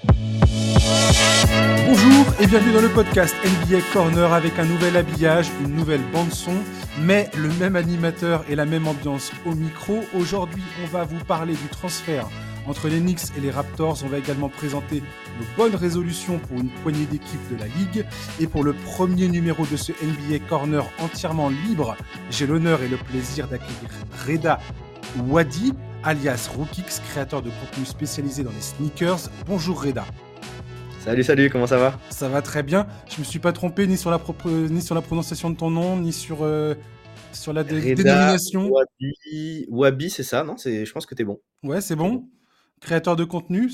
Bonjour et bienvenue dans le podcast NBA Corner avec un nouvel habillage, une nouvelle bande-son, mais le même animateur et la même ambiance au micro. Aujourd'hui, on va vous parler du transfert entre les Knicks et les Raptors. On va également présenter nos bonnes résolutions pour une poignée d'équipes de la Ligue. Et pour le premier numéro de ce NBA Corner entièrement libre, j'ai l'honneur et le plaisir d'accueillir Reda Wadi, alias Rookix, créateur de contenu spécialisé dans les sneakers. Bonjour Reda. Salut, comment ça va? Ça va très bien. Je me suis pas trompé ni sur la prononciation de ton nom, ni sur la Reda dénomination. Wabi, c'est ça, non? Je pense que t'es bon. Ouais, c'est T'es bon. bon. Créateur de contenu,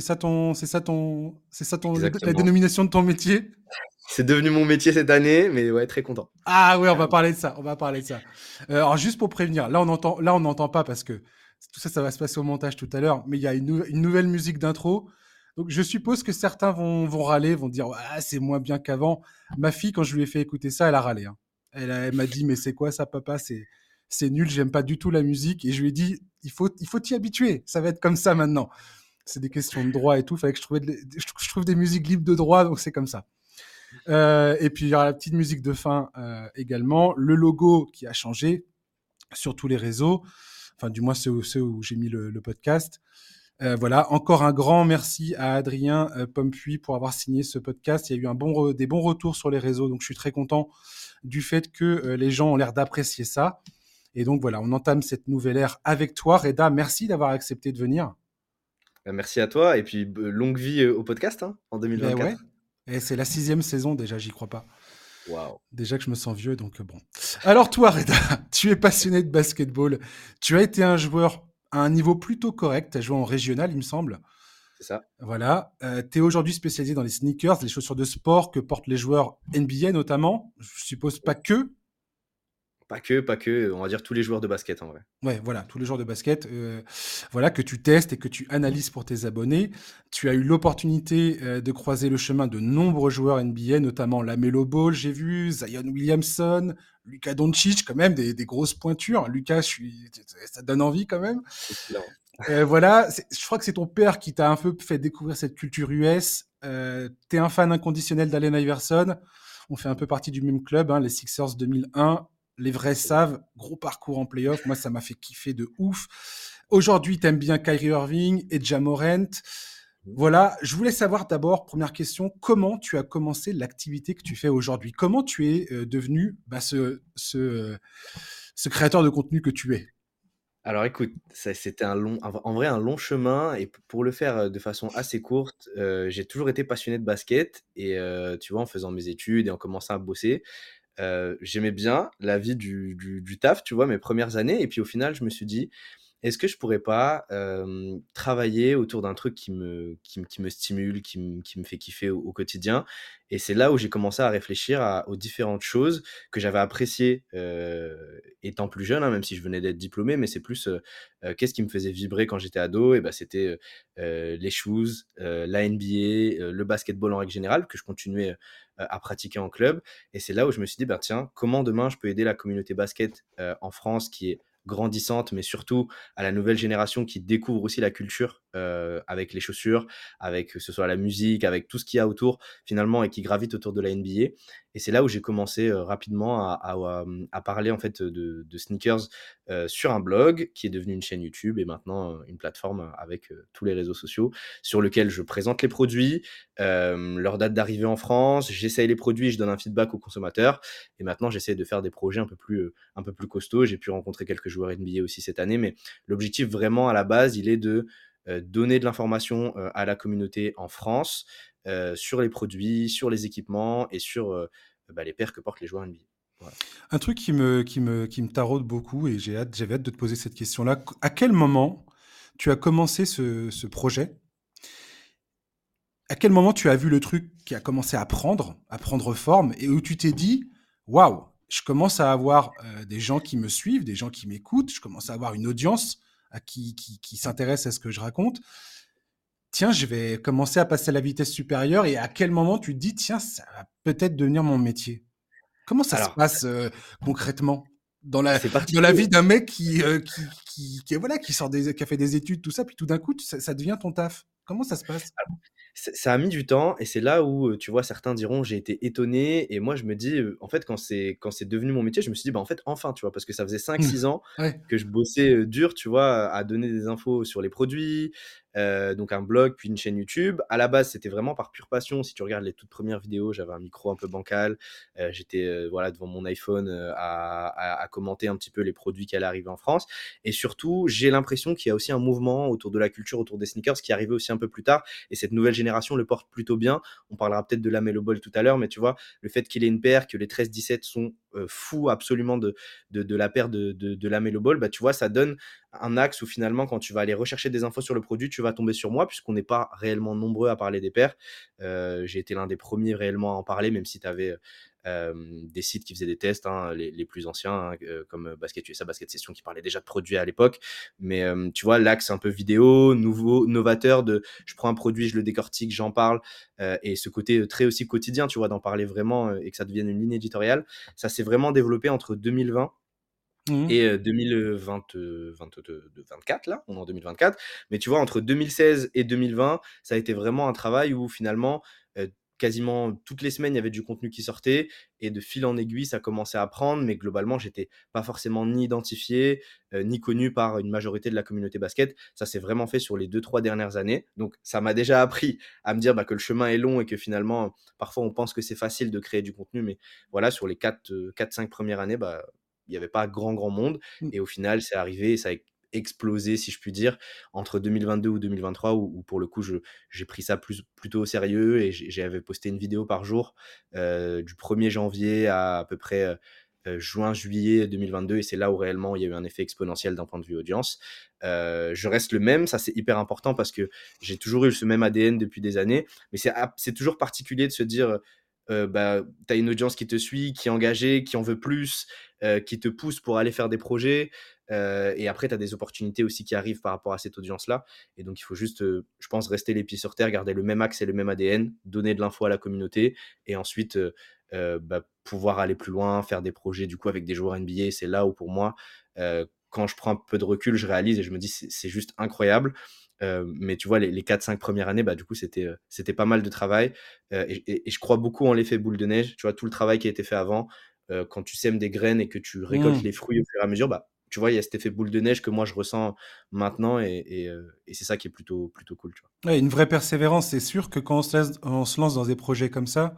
la Exactement. dénomination de ton métier. C'est devenu mon métier cette année, mais ouais, très content. Ah ouais, on va parler de ça. Alors juste pour prévenir, là on n'entend pas parce que tout ça va se passer au montage tout à l'heure, mais il y a une nouvelle musique d'intro. Donc je suppose que certains vont râler, vont dire ah, c'est moins bien qu'avant. Ma fille, quand je lui ai fait écouter ça, elle a râlé. Hein. Elle m'a dit mais c'est quoi ça, papa? C'est nul, j'aime pas du tout la musique. Et je lui ai dit il faut t'y habituer. Ça va être comme ça maintenant. C'est des questions de droit et tout. Fallait que je trouve des musiques libres de droit, donc c'est comme ça. Et puis il y aura la petite musique de fin également. Le logo qui a changé sur tous les réseaux. Enfin, du moins ceux où j'ai mis le podcast. Voilà, encore un grand merci à Adrien Pompuy pour avoir signé ce podcast. Il y a eu des bons retours sur les réseaux, donc je suis très content du fait que les gens ont l'air d'apprécier ça. Et donc voilà, on entame cette nouvelle ère avec toi. Reda, merci d'avoir accepté de venir. Merci à toi, et puis longue vie au podcast hein, en Ben ouais, 2024. et c'est la 6e saison déjà, j'y crois pas. Waouh. Déjà que je me sens vieux, donc bon. Alors toi, Reda, tu es passionné de basketball. Tu as été un joueur à un niveau plutôt correct. Tu as joué en régional, il me semble. C'est ça. Voilà. Tu es aujourd'hui spécialisé dans les sneakers, les chaussures de sport que portent les joueurs NBA notamment. Je suppose pas que. Pas que, on va dire tous les joueurs de basket en vrai. Ouais, voilà, tous les joueurs de basket, voilà, que tu testes et que tu analyses pour tes abonnés. Tu as eu l'opportunité de croiser le chemin de nombreux joueurs NBA, notamment Lamelo Ball, j'ai vu, Zion Williamson, Luka Doncic, quand même, des grosses pointures. Lucas, ça donne envie quand même. Excellent. Voilà, je crois que c'est ton père qui t'a un peu fait découvrir cette culture US. T'es un fan inconditionnel d'Allen Iverson. On fait un peu partie du même club, hein, les Sixers 2001. Les vrais savent, gros parcours en playoff. Moi, ça m'a fait kiffer de ouf. Aujourd'hui, t'aimes bien Kyrie Irving et Ja Morant. Voilà, je voulais savoir d'abord, première question, comment tu as commencé l'activité que tu fais aujourd'hui? Comment tu es devenu ce créateur de contenu que tu es? Alors écoute, c'était en vrai un long chemin, et pour le faire de façon assez courte, j'ai toujours été passionné de basket, et tu vois, en faisant mes études et en commençant à bosser, j'aimais bien la vie du taf, tu vois, mes premières années, et puis au final, je me suis dit: «Est-ce que je pourrais pas, travailler autour d'un truc qui me stimule, qui me fait kiffer au quotidien?» Et c'est là où j'ai commencé à réfléchir aux différentes choses que j'avais appréciées, étant plus jeune, hein, même si je venais d'être diplômé, mais c'est plus, qu'est-ce qui me faisait vibrer quand j'étais ado? Et bah, c'était, les shoes, la NBA, le basketball en règle générale, que je continuais, à pratiquer en club. Et c'est là où je me suis dit: «Bah, tiens, comment demain je peux aider la communauté basket, en France, qui est grandissante, mais surtout à la nouvelle génération qui découvre aussi la culture, avec les chaussures, avec que ce soit la musique, avec tout ce qu'il y a autour finalement, et qui gravite autour de la NBA». Et c'est là où j'ai commencé rapidement à parler en fait de sneakers sur un blog qui est devenu une chaîne YouTube, et maintenant une plateforme avec tous les réseaux sociaux sur lequel je présente les produits, leur date d'arrivée en France, j'essaye les produits, je donne un feedback aux consommateurs, et maintenant j'essaie de faire des projets un peu plus costauds. J'ai pu rencontrer quelques joueurs NBA aussi cette année, mais l'objectif vraiment à la base, il est de donner de l'information à la communauté en France, sur les produits, sur les équipements, et sur les paires que portent les joueurs NBA. Voilà. Un truc qui me taraude beaucoup et j'avais hâte de te poser cette question-là. À quel moment tu as commencé ce projet? À quel moment tu as vu le truc qui a commencé à prendre forme et où tu t'es dit, waouh, je commence à avoir des gens qui me suivent, des gens qui m'écoutent, je commence à avoir une audience qui s'intéresse à ce que je raconte. Tiens, je vais commencer à passer à la vitesse supérieure et à quel moment tu te dis, tiens, ça va peut-être devenir mon métier? Comment ça se Alors, passe concrètement dans la, c'est dans la particulier. vie d'un mec voilà, qui a fait des études, tout ça, puis tout d'un coup, ça devient ton taf. Comment ça se passe? Ça a mis du temps et c'est là où, tu vois, certains diront: «J'ai été étonné» et moi je me dis, en fait, quand c'est devenu mon métier, je me suis dit: «Bah, en fait, enfin», tu vois? Parce que ça faisait cinq Mmh. six ans Ouais. que je bossais, dur, tu vois, à donner des infos sur les produits, donc un blog, puis une chaîne YouTube. À la base, c'était vraiment par pure passion. Si tu regardes les toutes premières vidéos, j'avais un micro un peu bancal, j'étais, voilà, devant mon iPhone, à commenter un petit peu les produits qui allaient arriver en France et surtout, j'ai l'impression qu'il y a aussi un mouvement autour de la culture, autour des sneakers qui est arrivé aussi un peu plus tard et cette nouvelle génération le porte plutôt bien. On parlera peut-être de la Melo Ball tout à l'heure, mais tu vois, le fait qu'il ait une paire, que les 13-17 sont fous absolument de la paire de la Melo Ball, bah, tu vois, ça donne un axe où finalement, quand tu vas aller rechercher des infos sur le produit, tu vas tomber sur moi, puisqu'on n'est pas réellement nombreux à parler des paires. J'ai été l'un des premiers réellement à en parler, même si tu avais des sites qui faisaient des tests, hein, les plus anciens, hein, comme Basket USA, Basket Session, qui parlaient déjà de produits à l'époque. Mais tu vois, l'axe un peu vidéo, nouveau, novateur, de je prends un produit, je le décortique, j'en parle, et ce côté très aussi quotidien, tu vois, d'en parler vraiment et que ça devienne une ligne éditoriale, ça s'est vraiment développé entre 2020 Mmh. et 2020, 24 là, on est en 2024. Mais tu vois, entre 2016 et 2020, ça a été vraiment un travail où finalement, quasiment toutes les semaines, il y avait du contenu qui sortait et de fil en aiguille, ça commençait à prendre. Mais globalement, j'étais pas forcément ni identifié, ni connu par une majorité de la communauté basket. Ça s'est vraiment fait sur les 2-3 dernières années. Donc ça m'a déjà appris à me dire, bah, que le chemin est long et que finalement, parfois on pense que c'est facile de créer du contenu. Mais voilà, sur les 4-5 premières années, bah, il n'y avait pas grand monde. Mmh. Et au final, c'est arrivé et ça a explosé, si je puis dire, entre 2022 ou 2023, où pour le coup, j'ai pris ça plutôt au sérieux et j'avais posté une vidéo par jour du 1er janvier à peu près juin, juillet 2022. Et c'est là où réellement il y a eu un effet exponentiel d'un point de vue audience. Je reste le même, ça c'est hyper important parce que j'ai toujours eu ce même ADN depuis des années. Mais c'est toujours particulier de se dire, bah, tu as une audience qui te suit, qui est engagée, qui en veut plus, qui te pousse pour aller faire des projets. Et après, tu as des opportunités aussi qui arrivent par rapport à cette audience-là. Et donc, il faut juste, je pense, rester les pieds sur terre, garder le même axe et le même ADN, donner de l'info à la communauté et ensuite bah, pouvoir aller plus loin, faire des projets du coup avec des joueurs NBA. C'est là où pour moi, quand je prends un peu de recul, je réalise et je me dis c'est juste incroyable. Mais tu vois, les 4-5 premières années, bah, du coup, c'était pas mal de travail. Et je crois beaucoup en l'effet boule de neige. Tu vois, tout le travail qui a été fait avant, quand tu sèmes des graines et que tu récoltes Mmh. les fruits au fur et à mesure, bah, tu vois, il y a cet effet boule de neige que moi je ressens maintenant et c'est ça qui est plutôt cool, tu vois. Ouais, une vraie persévérance, c'est sûr que quand on se lance dans des projets comme ça,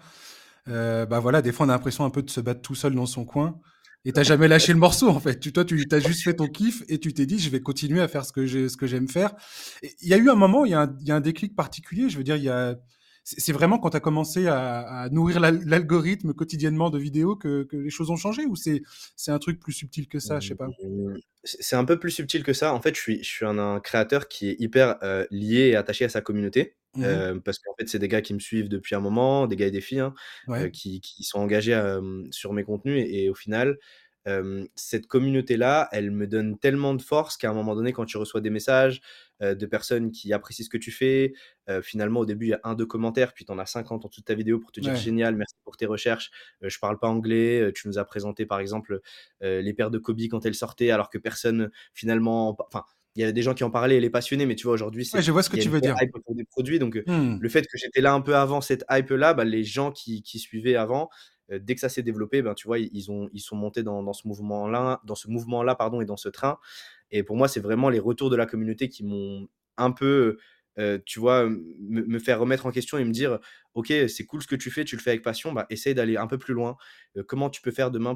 bah, voilà, des fois, on a l'impression un peu de se battre tout seul dans son coin et tu jamais lâché le morceau, en fait. Toi, tu as juste fait ton kiff et tu t'es dit: «Je vais continuer à faire ce que j'aime faire». Et il y a eu un moment, il y a un déclic particulier, je veux dire, il y a c'est vraiment quand tu as commencé à nourrir l'algorithme quotidiennement de vidéos que les choses ont changé ou c'est un truc plus subtil que ça? Je sais pas. C'est un peu plus subtil que ça. En fait, je suis un créateur qui est hyper, lié et attaché à sa communauté, Mmh. parce qu'en fait, c'est des gars qui me suivent depuis un moment, des gars et des filles, hein, Ouais. qui sont engagés, sur mes contenus et au final, cette communauté-là, elle me donne tellement de force qu'à un moment donné, quand tu reçois des messages, de personnes qui apprécient ce que tu fais, finalement, au début, il y a un 2 commentaires, puis tu en as 50 en dessous de ta vidéo pour te dire: Ouais. «Génial, merci pour tes recherches, je parle pas anglais, tu nous as présenté, par exemple, les paires de Kobe quand elles sortaient, alors que personne finalement, enfin, il y avait des gens qui en parlaient et les passionnaient, mais tu vois, aujourd'hui, Ouais, je vois ce il que y a tu une veux vraie dire. hype autour des produits. Donc, Mmh. le fait que j'étais là un peu avant cette hype-là, bah, les gens qui suivaient avant, dès que ça s'est développé, ben, tu vois, ils sont montés dans ce mouvement-là, pardon, et dans ce train. Et pour moi, c'est vraiment les retours de la communauté qui m'ont un peu, tu vois, me faire remettre en question et me dire: «OK, c'est cool ce que tu fais, tu le fais avec passion, bah, essaye d'aller un peu plus loin. Comment tu peux faire demain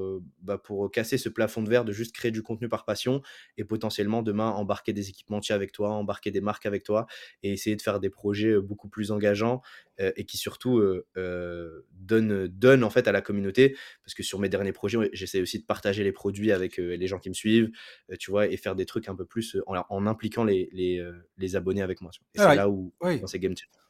pour casser ce plafond de verre de juste créer du contenu par passion et potentiellement demain embarquer des équipementiers avec toi, embarquer des marques avec toi et essayer de faire des projets, beaucoup plus engageants, et qui surtout, donnent en fait à la communauté». Parce que sur mes derniers projets, ouais, j'essaie aussi de partager les produits avec, les gens qui me suivent, tu vois? Et faire des trucs un peu plus, en impliquant les abonnés avec moi, tu vois? Et Ah c'est ouais, là où oui. quand c'est game changer.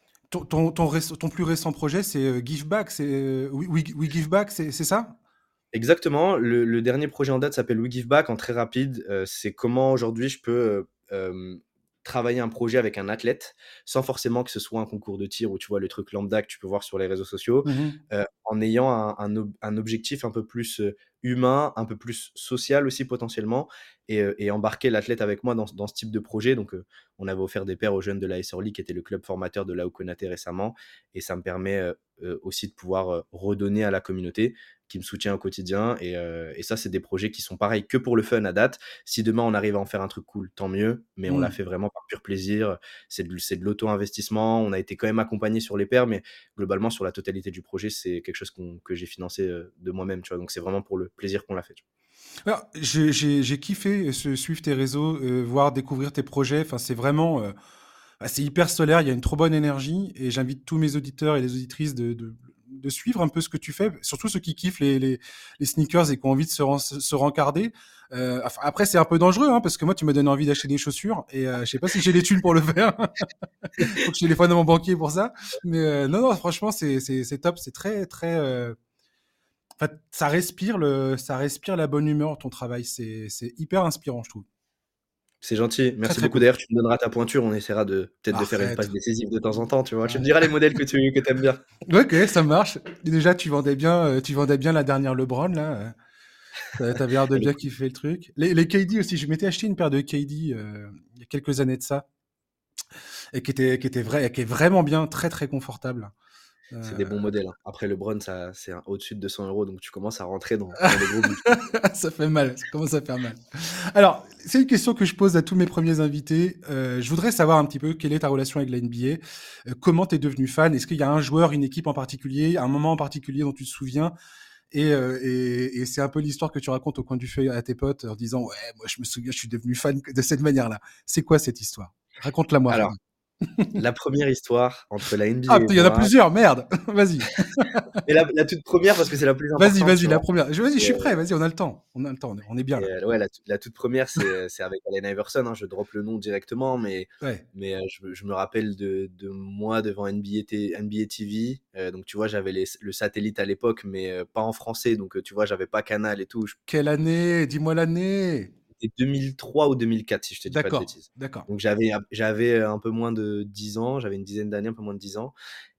Ton plus récent projet, c'est Give Back, c'est We Give Back, c'est ça? Exactement, le dernier projet en date s'appelle We Give Back. En très rapide, c'est comment aujourd'hui je peux, travailler un projet avec un athlète, sans forcément que ce soit un concours de tir ou tu vois le truc lambda que tu peux voir sur les réseaux sociaux, Mhm. en ayant un objectif un peu plus, humain, un peu plus social aussi potentiellement, et embarquer l'athlète avec moi dans ce type de projet. Donc, on avait offert des paires aux jeunes de l'AS Orly, qui était le club formateur de Lau Konaté récemment, et ça me permet aussi de pouvoir redonner à la communauté qui me soutient au quotidien. Et ça, c'est des projets qui sont pareils que pour le fun à date. Si demain on arrive à en faire un truc cool, tant mieux, mais on l'a Hmm. fait vraiment par pur plaisir. C'est de l'auto-investissement. On a été quand même accompagné sur les paires, mais globalement, sur la totalité du projet, c'est quelque chose que j'ai financé de moi-même, tu vois. Donc, c'est vraiment pour le plaisir qu'on l'a fait, tu Alors, j'ai kiffé suivre tes réseaux, voir, découvrir tes projets. Enfin, c'est vraiment, bah, c'est hyper solaire. Il y a une trop bonne énergie et j'invite tous mes auditeurs et les auditrices de suivre un peu ce que tu fais, surtout ceux qui kiffent les sneakers et qui ont envie de se rencarder. Enfin, après, c'est un peu dangereux, hein, parce que moi, tu m'as donné envie d'acheter des chaussures et je sais pas si j'ai les thunes pour le faire. Faut que je téléphone à mon banquier pour ça. Mais non, non, franchement, c'est top. C'est très, très. En fait, ça respire la bonne humeur, ton travail. C'est hyper inspirant, je trouve. C'est gentil, Très, merci très beaucoup. cool. D'ailleurs, tu me donneras ta pointure, on essaiera de peut-être de faire une Arrête. passe décisive de temps en temps, tu vois. Tu me Arrête. diras les modèles que aimes bien. Ok, ça marche. Déjà, tu vendais bien la dernière LeBron, là. T'avais l'air de bien kiffer le truc. Les KD aussi, je m'étais acheté une paire de KD il y a quelques années de ça, et qui est vraiment bien, très très confortable. C'est Euh, des bons modèles, hein. Après le Brun, ça, c'est au-dessus de 200 euros, donc tu commences à rentrer dans des gros budgets. Ça fait mal, ça commence à faire mal. Alors, c'est une question que je pose à tous mes premiers invités. Je voudrais savoir un petit peu quelle est ta relation avec la NBA, comment tu es devenu fan, est-ce qu'il y a un joueur, une équipe en particulier, un moment en particulier dont tu te souviens, et c'est un peu l'histoire que tu racontes au coin du feu à tes potes en disant ouais, moi je me souviens, je suis devenu fan de cette manière-là. C'est quoi cette histoire? Raconte-la moi, Alors, Freddy. la première histoire entre la NBA Ah, et il y en a moi, plusieurs, merde. Vas-y, et la toute première parce que c'est la plus importante, vas-y, tu la vois. première. Vas-y, je Et, suis prêt. Vas-y, on a le temps. On a le temps. On est bien là. ouais, la toute première, c'est avec Allen Iverson, hein. Je drop le nom directement, mais, Ouais. je me rappelle de moi devant NBA TV. Donc, tu vois, j'avais le satellite à l'époque, mais pas en français. Donc, tu vois, j'avais pas Canal et tout. Quelle année? Dis-moi l'année. C'était 2003 ou 2004, si je te dis pas de D'accord, bêtises. d'accord. Donc, j'avais un peu moins de 10 ans, j'avais une dizaine d'années, un peu moins de 10 ans.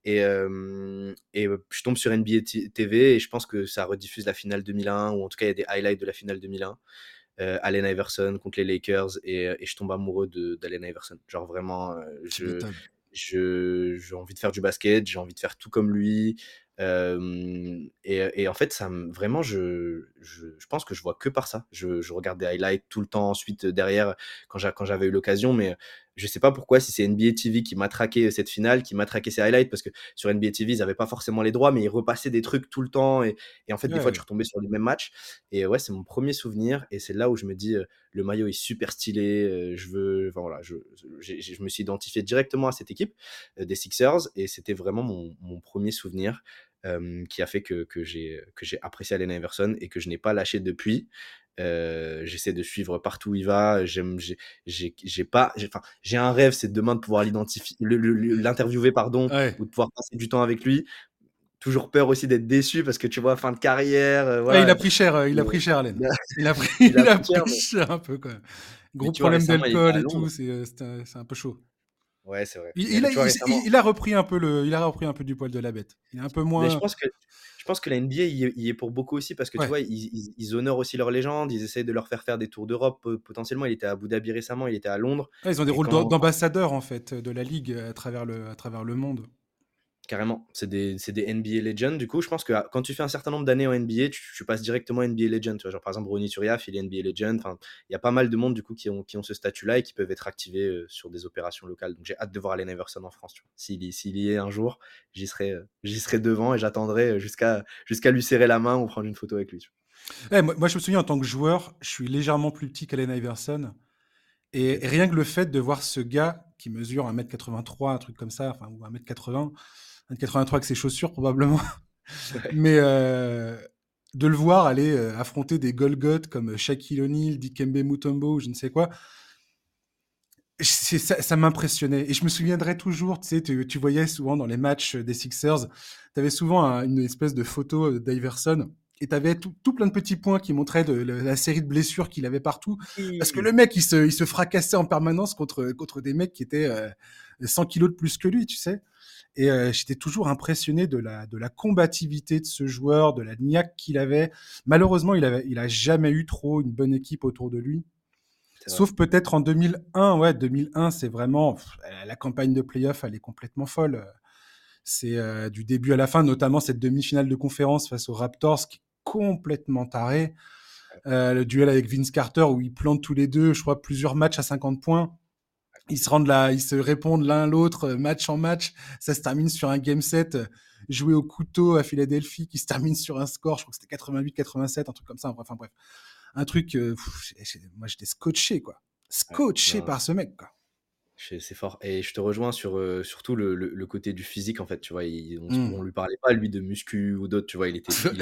Je tombe sur NBA TV et je pense que ça rediffuse la finale 2001, ou en tout cas, il y a des highlights de la finale 2001. Allen Iverson contre les Lakers, et je tombe amoureux d'Allen Iverson. Genre vraiment, Tu m'étonnes. j'ai envie de faire du basket, j'ai envie de faire tout comme lui. Et en fait, vraiment, je pense que je vois que par ça. Je regarde des highlights tout le temps ensuite derrière quand j'avais eu l'occasion, mais je sais pas pourquoi, si c'est NBA TV qui m'a traqué cette finale, qui m'a traqué ces highlights, parce que sur NBA TV, ils n'avaient pas forcément les droits, mais ils repassaient des trucs tout le temps, et en fait, des fois, tu Ouais. retombais sur les mêmes matchs. Et ouais, c'est mon premier souvenir, et c'est là où je me dis, le maillot est super stylé, enfin, voilà, je me suis identifié directement à cette équipe des Sixers, et c'était vraiment mon premier souvenir, qui a fait que j'ai apprécié Allen Iverson et que je n'ai pas lâché depuis. J'essaie de suivre partout où il va. Enfin, j'ai un rêve, c'est demain de pouvoir l'interviewer, pardon, Ouais. ou de pouvoir passer du temps avec lui. Toujours peur aussi d'être déçu parce que tu vois, fin de carrière, Ouais, voilà. il a pris cher, Allen. Il a pris, Il a il a pris pris cher, cher un peu, quand même. mais Gros tu vois, problème récemment, il était d'alcool à et tout, Londres. c'est un peu chaud. Ouais, c'est vrai. Il, Mais il a, tu vois, récemment, il a repris un peu il a repris un peu du poil de la bête. Il est un peu mais moins. je pense que la NBA y est pour beaucoup aussi parce que tu Ouais. vois, ils honorent aussi leurs légendes, ils essayent de leur faire des tours d'Europe. Potentiellement, il était à Abu Dhabi récemment, il était à Londres. Ouais, ils ont des Et rôles quand, d'ambassadeurs, en fait, de la ligue à travers le monde. carrément, c'est des NBA Legends. Du coup, je pense que quand tu fais un certain nombre d'années en NBA, tu passes directement NBA Legend. Tu vois, genre par exemple, Ronny Turiaf, il est NBA Legend. Enfin, il y a pas mal de monde du coup qui ont ce statut-là et qui peuvent être activés sur des opérations locales. Donc j'ai hâte de voir Allen Iverson en France. Tu vois. S'il y est un jour, j'y serai devant et j'attendrai jusqu'à lui serrer la main ou prendre une photo avec lui. Tu Ouais, moi, je me souviens, en tant que joueur, je suis légèrement plus petit qu'Allen Iverson. vois. Et Ok. rien que le fait de voir ce gars qui mesure 1,83 m, un truc comme ça, enfin, ou 1,80 m, 1,83 m avec ses chaussures probablement, Ouais. mais de le voir aller affronter des Golgoth comme Shaquille O'Neal, Dikembe Mutombo, je ne sais quoi, ça m'impressionnait. Et je me souviendrai toujours, tu sais, voyais souvent dans les matchs des Sixers, tu avais souvent une espèce de photo d'Iverson. Et tu avais tout plein de petits points qui montraient la série de blessures qu'il avait partout. Parce que le Oui, mec, il se fracassait en permanence contre des mecs qui étaient 100 kilos de plus que lui, tu sais. Et j'étais toujours impressionné de la combativité de ce joueur, de la niaque qu'il avait. Malheureusement, il a jamais eu trop une bonne équipe autour de lui. c'est vrai. Sauf peut-être en 2001. Ouais, 2001, c'est vraiment la campagne de playoff, elle est complètement folle. C'est du début à la fin, notamment cette demi-finale de conférence face aux Raptors, qui est complètement taré. Le duel avec Vince Carter où ils plantent tous les deux, je crois, plusieurs matchs à 50 points. Ils se rendent là, ils se répondent l'un l'autre, match en match. Ça se termine sur un game set joué au couteau à Philadelphie, qui se termine sur un score, je crois que c'était 88-87, un truc comme ça. Enfin bref, un truc. Moi, j'étais scotché, quoi. Ouais, Scotché non, par ce mec, quoi. c'est fort et je te rejoins sur, surtout le côté du physique, en fait, tu vois? On Mm. lui parlait pas, lui, de muscu ou d'autres, tu vois?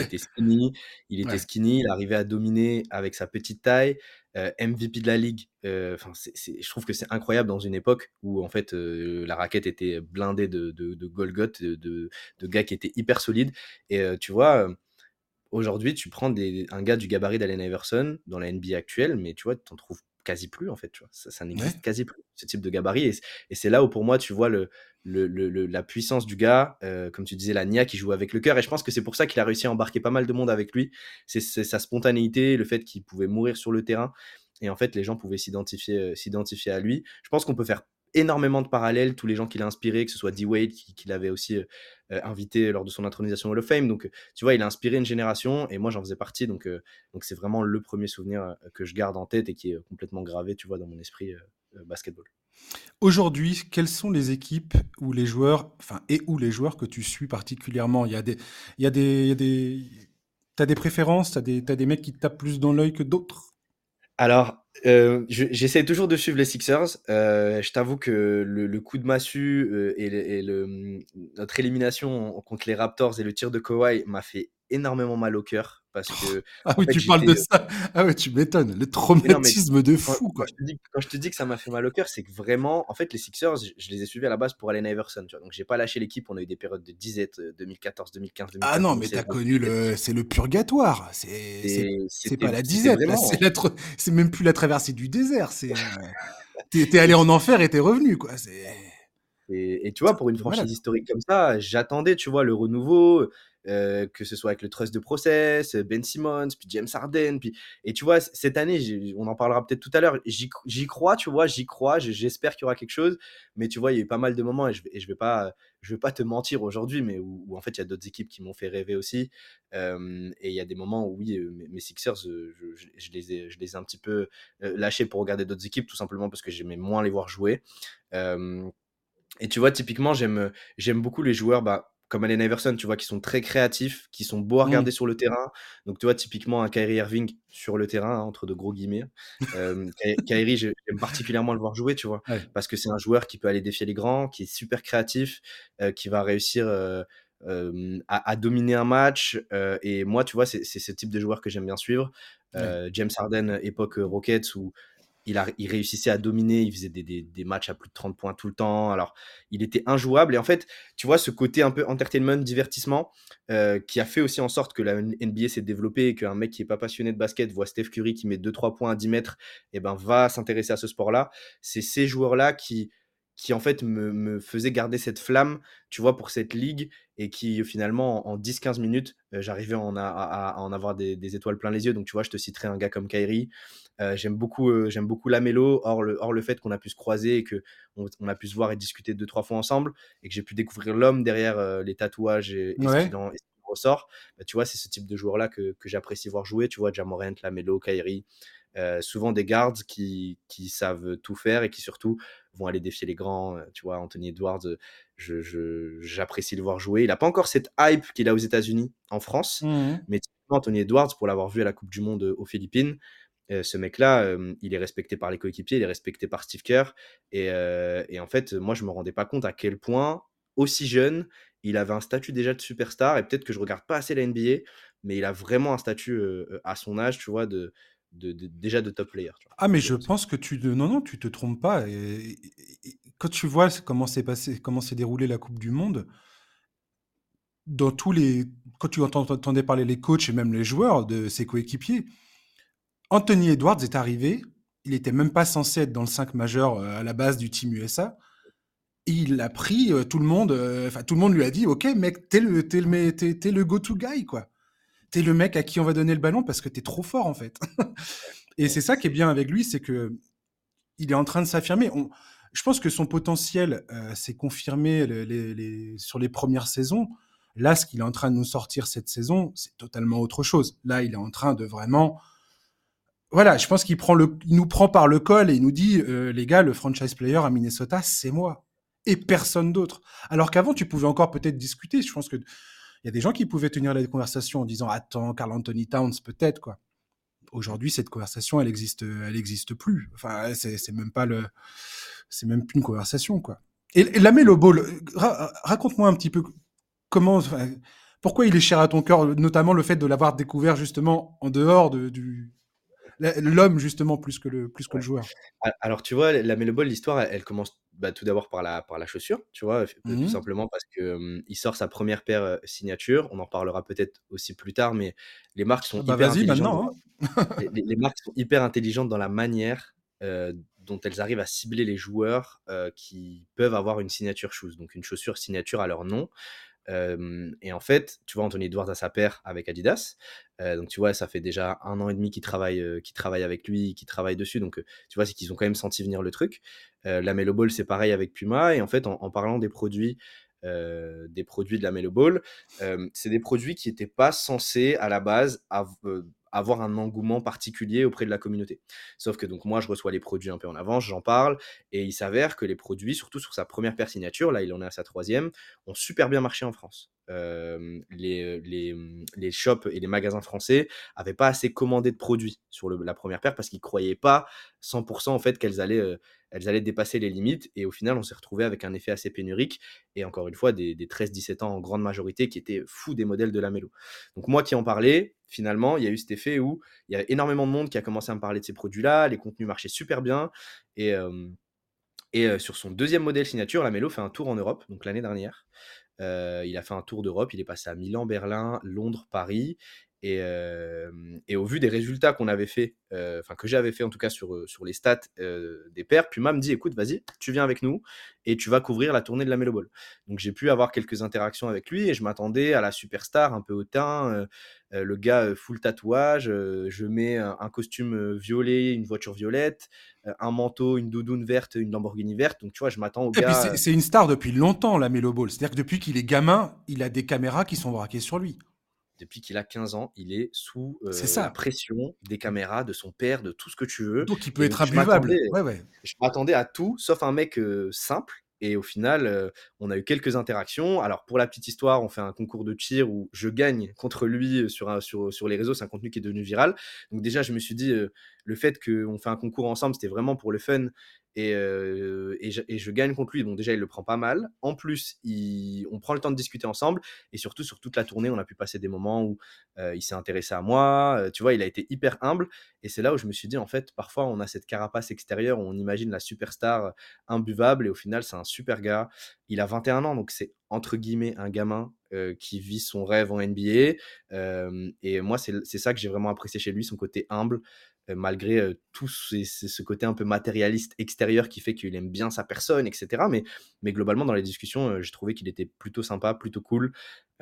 Ouais. Il arrivait à dominer avec sa petite taille, MVP de la ligue, enfin, je trouve que c'est incroyable dans une époque où, en fait, la raquette était blindée de Golgoth, de gars qui étaient hyper solides et tu vois, aujourd'hui, tu prends un gars du gabarit d'Allen Iverson dans la NBA actuelle, mais tu vois, tu en trouves quasi plus en fait, tu vois. Ça Ouais. n'existe quasi plus, ce type de gabarit. Et c'est là où pour moi, tu vois la puissance du gars, comme tu disais, la Nia qui joue avec le cœur. Et je pense que c'est pour ça qu'il a réussi à embarquer pas mal de monde avec lui. C'est sa spontanéité, le fait qu'il pouvait mourir sur le terrain. Et en fait, les gens pouvaient s'identifier à lui. Je pense qu'on peut faire énormément de parallèles, tous les gens qu'il a inspirés, que ce soit D-Wade qui l'avait aussi invité lors de son intronisation au Hall of Fame. Donc, tu vois, il a inspiré une génération et moi j'en faisais partie. Donc c'est vraiment le premier souvenir que je garde en tête et qui est complètement gravé, tu vois, dans mon esprit basketball. Aujourd'hui, quelles sont les équipes où les joueurs, enfin, et où les joueurs que tu suis particulièrement? Il y a des, t'as des préférences, t'as des mecs qui te tapent plus dans l'œil que d'autres? Alors, j'essaie toujours de suivre les Sixers. Je t'avoue que le coup de massue notre élimination contre les Raptors et le tir de Kawhi m'a fait énormément mal au cœur parce que, Ah en oui, fait, tu parles j'étais de ça. Ah ouais, tu m'étonnes. Le mais non, mais traumatisme de quand fou, quoi. quand je te dis que ça m'a fait mal au cœur, c'est que vraiment, en fait, les Sixers, je les ai suivis à la base pour Allen Iverson, tu vois? Donc j'ai pas lâché l'équipe. On a eu des périodes de disette, 2014, 2015, Ah 2016, non, mais 2016, t'as connu c'est le purgatoire. C'est pas la c'était disette, là. vraiment C'est même plus la traversée du désert. T'es allé en enfer et t'es revenu, quoi. et tu C'est vois, un pour truc une de malade. franchise historique comme ça, j'attendais, tu vois, le renouveau, que ce soit avec le trust de Process, Ben Simmons, puis James Harden, puis et tu vois, cette année, on en parlera peut-être tout à l'heure, j'y crois, tu vois, j'y crois, j'espère qu'il y aura quelque chose, mais tu vois, il y a eu pas mal de moments et je vais pas te mentir aujourd'hui, mais où en fait, il y a d'autres équipes qui m'ont fait rêver aussi, et il y a des moments où oui, mes Sixers, je les ai un petit peu, lâchés pour regarder d'autres équipes, tout simplement parce que j'aimais moins les voir jouer, hem et tu vois, typiquement, j'aime beaucoup les joueurs, bah, comme Allen Iverson, tu vois, qui sont très créatifs, qui sont beaux à Mmh. regarder sur le terrain. Donc, tu vois, typiquement, un Kyrie Irving sur le terrain, hein, entre de gros guillemets. Kyrie, j'aime particulièrement le voir jouer, tu vois, Ouais, parce que c'est un joueur qui peut aller défier les grands, qui est super créatif, qui va réussir à dominer un match. Et moi, tu vois, c'est ce type de joueur que j'aime bien suivre. ouais. James Harden, époque Rockets, où il réussissait à dominer, il faisait des matchs à plus de 30 points tout le temps. Alors, il était injouable. Et en fait, tu vois, ce côté un peu entertainment, divertissement, qui a fait aussi en sorte que la NBA s'est développée et qu'un mec qui n'est pas passionné de basket voit Steph Curry qui met 2-3 points à 10 mètres, et ben, va s'intéresser à ce sport-là. C'est ces joueurs-là qui en fait me faisaient garder cette flamme, tu vois, pour cette ligue et qui finalement en 10-15 minutes, j'arrivais à en avoir des étoiles plein les yeux. Donc tu vois, je te citerai un gars comme Kyrie. J'aime beaucoup Lamelo, hors le fait qu'on a pu se croiser et qu'on a pu se voir et discuter 2-3 fois ensemble et que j'ai pu découvrir l'homme derrière les tatouages et Ouais. ce qu'il ressort. Bah, tu vois, c'est ce type de joueur-là que j'apprécie voir jouer. Tu vois, Ja Morant, Lamelo, Kyrie, souvent des guards qui savent tout faire et qui surtout vont aller défier les grands. Tu vois, Anthony Edwards, j'apprécie le voir jouer. Il n'a pas encore cette hype qu'il a aux États-Unis, en France, Mmh. mais typiquement, Anthony Edwards, pour l'avoir vu à la Coupe du Monde aux Philippines, ce mec-là, il est respecté par les coéquipiers, il est respecté par Steve Kerr. Et en fait, moi, je me rendais pas compte à quel point, aussi jeune, il avait un statut déjà de superstar. Et peut-être que je regarde pas assez la NBA, mais il a vraiment un statut à son âge, tu vois, déjà de top player. Tu vois. Ah, mais Donc, je pense que non, non, tu te trompes pas. Et quand tu vois comment s'est déroulée la Coupe du Monde, dans tous les quand tu entendais parler les coachs et même les joueurs de ses coéquipiers, Anthony Edwards est arrivé, il était même pas censé être dans le 5 majeur, à la base du team USA et il a pris, tout le monde, enfin tout le monde lui a dit: «OK mec, tu le go to guy quoi. Tu le mec à qui on va donner le ballon parce que tu es trop fort en fait». Et Ouais, c'est ça qui est bien avec lui, c'est que il est en train de s'affirmer. Je pense que son potentiel s'est confirmé sur les premières saisons. Là, ce qu'il est en train de nous sortir cette saison, c'est totalement autre chose. Là, il est en train de vraiment. Voilà, je pense il nous prend par le col et il nous dit, les gars, le franchise player à Minnesota, c'est moi et personne d'autre. Alors qu'avant, tu pouvais encore peut-être discuter. Je pense que il y a des gens qui pouvaient tenir la conversation en disant, attends, Carl Anthony Towns, peut-être quoi. Aujourd'hui, cette conversation, elle existe plus. Enfin, c'est même pas c'est même plus une conversation, quoi. Et la Melo Ball, raconte-moi un petit peu comment, enfin, pourquoi il est cher à ton cœur, notamment le fait de l'avoir découvert justement en dehors l'homme justement plus que le ouais. joueur. Alors tu vois, la Melo Ball, l'histoire, elle commence, bah, tout d'abord par la chaussure, tu vois? Tout Mhm. simplement parce que, il sort sa première paire, signature. On en parlera peut-être aussi plus tard, mais les marques sont Ah bah hyper vas-y intelligentes maintenant. Hein. les marques sont hyper intelligentes dans la manière, dont elles arrivent à cibler les joueurs, qui peuvent avoir une signature shoes, donc une chaussure signature à leur nom. Et en fait, tu vois, Anthony Edwards a sa paire avec Adidas. Donc tu vois, ça fait déjà 1 an et demi qu'il travaille avec lui, qu'il travaille dessus. Donc tu vois, c'est qu'ils ont quand même senti venir le truc. La Melo Ball, c'est pareil avec Puma. Et en fait, en parlant des produits de la Melo Ball, c'est des produits qui n'étaient pas censés à la base avoir un engouement particulier auprès de la communauté. Sauf que donc moi, je reçois les produits un peu en avance, j'en parle, et il s'avère que les produits, surtout sur sa première paire signature, là il en est à sa troisième, ont super bien marché en France. Les shops et les magasins français n'avaient pas assez commandé de produits sur la première paire parce qu'ils ne croyaient pas 100% en fait elles allaient dépasser les limites. Et au final, on s'est retrouvé avec un effet assez pénurique. Et encore une fois, des 13-17 ans en grande majorité qui étaient fous des modèles de la Mélo. Donc moi qui en parlais, finalement, il y a eu cet effet où il y a énormément de monde qui a commencé à me parler de ces produits-là, les contenus marchaient super bien. Et, sur son deuxième modèle signature, la Mélo fait un tour en Europe, donc l'année dernière. Il a fait un tour d'Europe, il est passé à Milan, Berlin, Londres, Paris. Et au vu des résultats qu'on avait fait, enfin que j'avais fait en tout cas sur les stats des pairs, Puma me dit écoute, vas-y, tu viens avec nous et tu vas couvrir la tournée de la Melo Ball. Donc j'ai pu avoir quelques interactions avec lui et je m'attendais à la superstar un peu hautain, le gars full tatouage, je mets un costume violet, une voiture violette, un manteau, une doudoune verte, une Lamborghini verte. Donc tu vois, je m'attends au Et puis gars. c'est une star depuis longtemps, la Melo Ball. C'est-à-dire que depuis qu'il est gamin, il a des caméras qui sont braquées sur lui. Depuis qu'il a 15 ans, il est sous C'est la ça. pression des caméras, de son père, de tout ce que tu veux. Donc il peut Et être donc, imbuvable. Ouais, ouais. je m'attendais à tout, sauf un mec simple. Et au final, on a eu quelques interactions. Alors, pour la petite histoire, on fait un concours de tir où je gagne contre lui sur les réseaux. C'est un contenu qui est devenu viral. Donc, déjà, je me suis dit, le fait qu'on fait un concours ensemble, c'était vraiment pour le fun. Et je gagne contre lui. Donc, déjà, il le prend pas mal. En plus, on prend le temps de discuter ensemble. Et surtout, sur toute la tournée, on a pu passer des moments où il s'est intéressé à moi. Tu vois, il a été hyper humble. Et c'est là où je me suis dit, en fait, parfois, on a cette carapace extérieure où on imagine la superstar imbuvable. Et au final, c'est un super gars. Il a 21 ans, donc c'est entre guillemets un gamin qui vit son rêve en NBA. Et moi, c'est ça que j'ai vraiment apprécié chez lui, son côté humble, malgré tout ce côté un peu matérialiste extérieur qui fait qu'il aime bien sa personne, etc. Mais globalement, dans les discussions, j'ai trouvé qu'il était plutôt sympa, plutôt cool.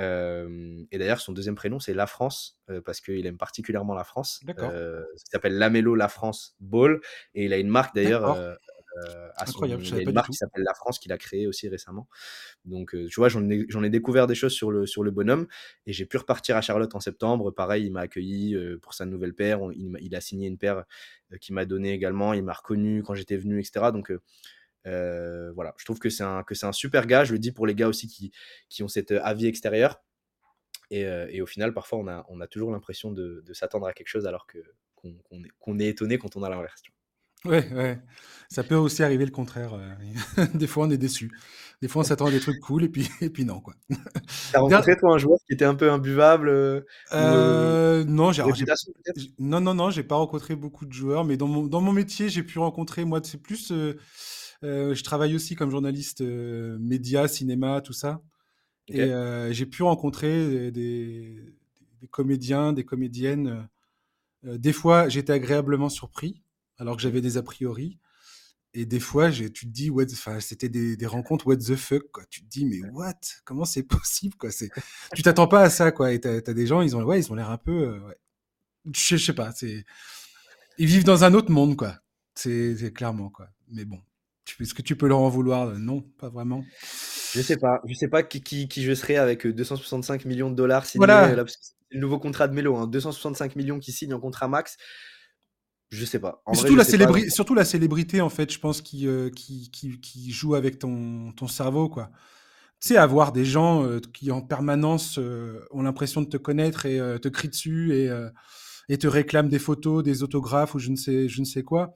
Et d'ailleurs, son deuxième prénom, c'est La France, parce qu'il aime particulièrement la France. D'accord. Ça s'appelle Lamelo La France Ball. Et il a une marque d'ailleurs, D'accord. Incroyable, je il a savais une pas du marque tout. qui s'appelle La France qu'il a créée aussi récemment. Donc, tu vois, j'en ai découvert des choses sur le bonhomme. Et j'ai pu repartir à Charlotte en septembre. Pareil, il m'a accueilli pour sa nouvelle paire. Il a signé une paire qu'il m'a donnée également. Il m'a reconnu quand j'étais venu, etc. Donc, voilà, je trouve que c'est un super gars. Je le dis pour les gars aussi qui ont cet avis extérieur. Et au final, parfois, on a toujours l'impression de s'attendre à quelque chose alors qu'on est étonné quand on a l'inverse. Tu Ouais, ouais. Ça peut aussi arriver le contraire. Des fois, on est déçu. Des fois, on s'attend à des trucs cool et puis, et puis non, quoi. as Der- rencontré, toi, un joueur qui était un peu imbuvable ou non, de réputation, peut-être? non, j'ai pas rencontré beaucoup de joueurs, mais dans mon métier, j'ai pu rencontrer, moi, c'est plus, je travaille aussi comme journaliste média, cinéma, tout ça. OK. et j'ai pu rencontrer des comédiens, des comédiennes. Des fois, j'étais agréablement surpris, alors que Mmh. j'avais des a priori. Et des fois, tu te dis, enfin, c'était des rencontres what the fuck, quoi. Tu te dis, mais what? Comment c'est possible, quoi? Tu t'attends pas à ça, quoi. Et t'as des gens, ils ont l'air un peu, ouais. Je sais pas, ils vivent dans un autre monde, quoi. C'est clairement, quoi. Mais bon. Est-ce que tu peux leur en vouloir? Non, pas vraiment. Je sais pas qui je serais avec 265 millions de dollars signés Voilà. là, parce que c'est le nouveau contrat de Melo, hein, 265 millions qui signent en contrat max. Je sais pas. En Mais vrai, je sais pas. Donc, surtout la célébrité, en fait, je pense, qui joue avec ton cerveau, quoi. Tu sais, avoir des gens qui en permanence ont l'impression de te connaître et te crient dessus et te réclament des photos, des autographes ou je ne sais quoi.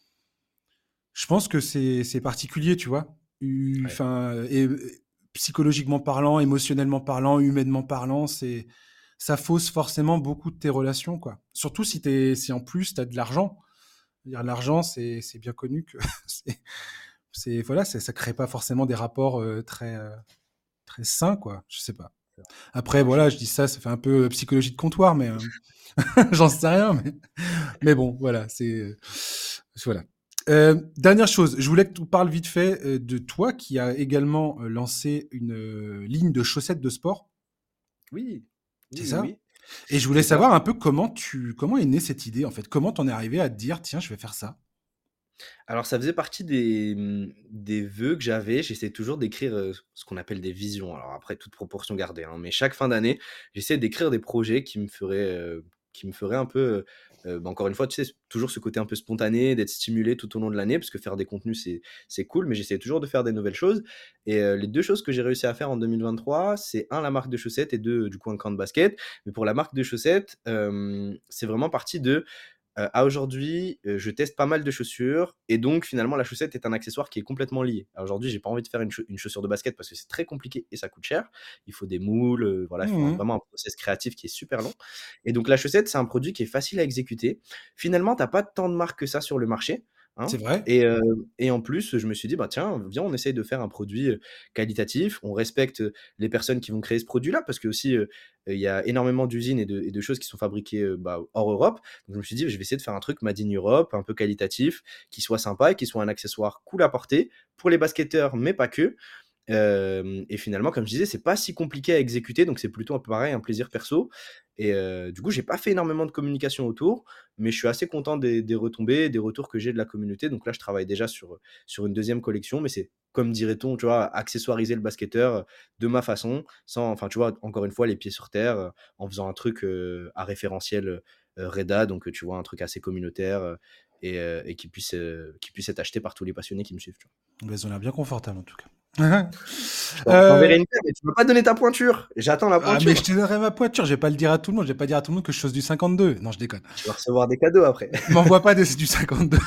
Je pense que c'est particulier, tu vois. ouais. Enfin, psychologiquement parlant, émotionnellement parlant, humainement parlant, ça fausse forcément beaucoup de tes relations, quoi. Surtout si en plus tu as de l'argent. Dire l'argent, c'est bien connu que voilà, ça crée pas forcément des rapports très sains, quoi. Je sais pas. Après, voilà, je dis ça, ça fait un peu psychologie de comptoir, mais j'en sais rien. Mais bon, voilà, voilà. Dernière chose, je voulais que tu parles vite fait de toi qui a également lancé une ligne de chaussettes de sport, Oui, c'est oui, oui, ça? oui, Et je voulais c'est ça. savoir un peu comment est née cette idée en fait. Comment t'en es arrivé à te dire tiens, je vais faire ça? Alors ça faisait partie des vœux que j'avais. J'essaie toujours d'écrire, ce qu'on appelle des visions. Alors après toute proportion gardée, hein, mais chaque fin d'année, j'essaie d'écrire des projets qui me feraient un peu, bah, encore une fois, tu sais, toujours ce côté un peu spontané, d'être stimulé tout au long de l'année, parce que faire des contenus, c'est cool, mais j'essaie toujours de faire des nouvelles choses et les 2 choses que j'ai réussi à faire en 2023, c'est un la marque de chaussettes et 2 du coup, un camp de basket. Mais pour la marque de chaussettes, c'est vraiment parti de à aujourd'hui, je teste pas mal de chaussures et donc finalement la chaussette est un accessoire qui est complètement lié. À aujourd'hui, j'ai pas envie de faire une chaussure de basket parce que c'est très compliqué et ça coûte cher. Il faut des moules, voilà, il faut Mmh. vraiment un process créatif qui est super long et donc la chaussette, c'est un produit qui est facile à exécuter. Finalement, tu as pas tant de marques que ça sur le marché, C'est hein vrai? et en plus, je me suis dit: «Bah, tiens, viens, on essaye de faire un produit, qualitatif». On respecte, les personnes qui vont créer ce produit-là parce qu'aussi, il y a énormément d'usines et de choses qui sont fabriquées, bah, hors Europe. Donc je me suis dit: «Je vais essayer de faire un truc made in Europe, un peu qualitatif, qui soit sympa et qui soit un accessoire cool à porter pour les basketteurs, mais pas que». Et finalement, comme je disais, c'est pas si compliqué à exécuter, donc c'est plutôt un peu pareil, un plaisir perso et du coup, j'ai pas fait énormément de communication autour, mais je suis assez content des retombées, des retours que j'ai de la communauté. Donc là, je travaille déjà sur une deuxième collection, mais c'est comme dirait-on, tu vois, accessoiriser le basketteur, de ma façon, sans enfin, tu vois, encore une fois, les pieds sur terre, en faisant un truc, à référentiel, REDA, donc tu vois, un truc assez communautaire, et qui puisse être acheté par tous les passionnés qui me suivent, tu vois? Bah, ils ont l'air bien confortables en tout cas. Je t'enverrai Heu, une paire, mais tu m'as pas donné ta pointure. J'attends la ah mais je pointure. te donnerai ma pointure, je vais pas le dire à tout le monde, je vais pas dire à tout le monde que je chose du 52. Non, je déconne. Tu vas recevoir des cadeaux après. M'envoie pas du 52.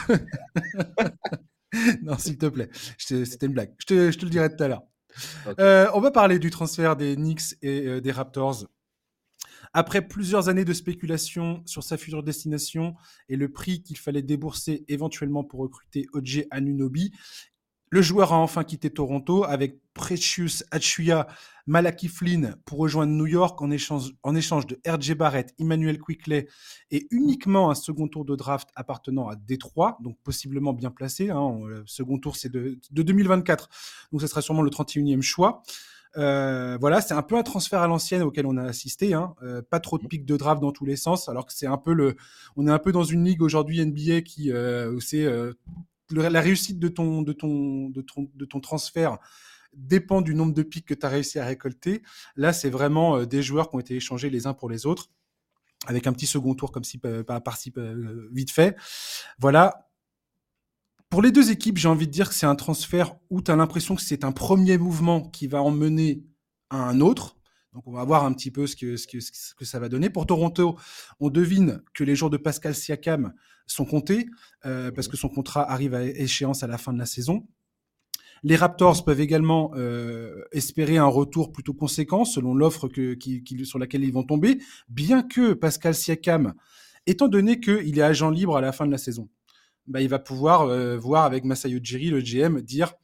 Non, s'il te plaît. C'était une blague. Je te le dirai tout à l'heure. OK. On va parler du transfert des Knicks et des Raptors. Après plusieurs années de spéculation sur sa future destination et le prix qu'il fallait débourser éventuellement pour recruter OG Anunoby, le joueur a enfin quitté Toronto avec Precious Achiuwa Malachi Flynn pour rejoindre New York en échange de R.J. Barrett, Emmanuel Quickley et uniquement un second tour de draft appartenant à Détroit, donc possiblement bien placé. Le second tour, c'est de 2024, donc ce sera sûrement le 31e choix. Voilà, c'est un peu un transfert à l'ancienne auquel on a assisté. Pas trop de Mmh. pics de draft dans tous les sens, alors que on est un peu dans une ligue aujourd'hui NBA où c'est la réussite de ton transfert dépend du nombre de pics que tu as réussi à récolter. Là, c'est vraiment des joueurs qui ont été échangés les uns pour les autres, avec un petit second tour comme si par-ci vite fait. Voilà. Pour les deux équipes, j'ai envie de dire que c'est un transfert où tu as l'impression que c'est un premier mouvement qui va en mener à un autre. Donc on va voir un petit peu ce que ça va donner. Pour Toronto, on devine que les jours de Pascal Siakam sont comptés parce Mmh. que son contrat arrive à échéance à la fin de la saison. Les Raptors peuvent également espérer un retour plutôt conséquent selon l'offre sur laquelle ils vont tomber, bien que Pascal Siakam, étant donné qu'il est agent libre à la fin de la saison, bah, il va pouvoir voir avec Masai Ujiri, le GM, dire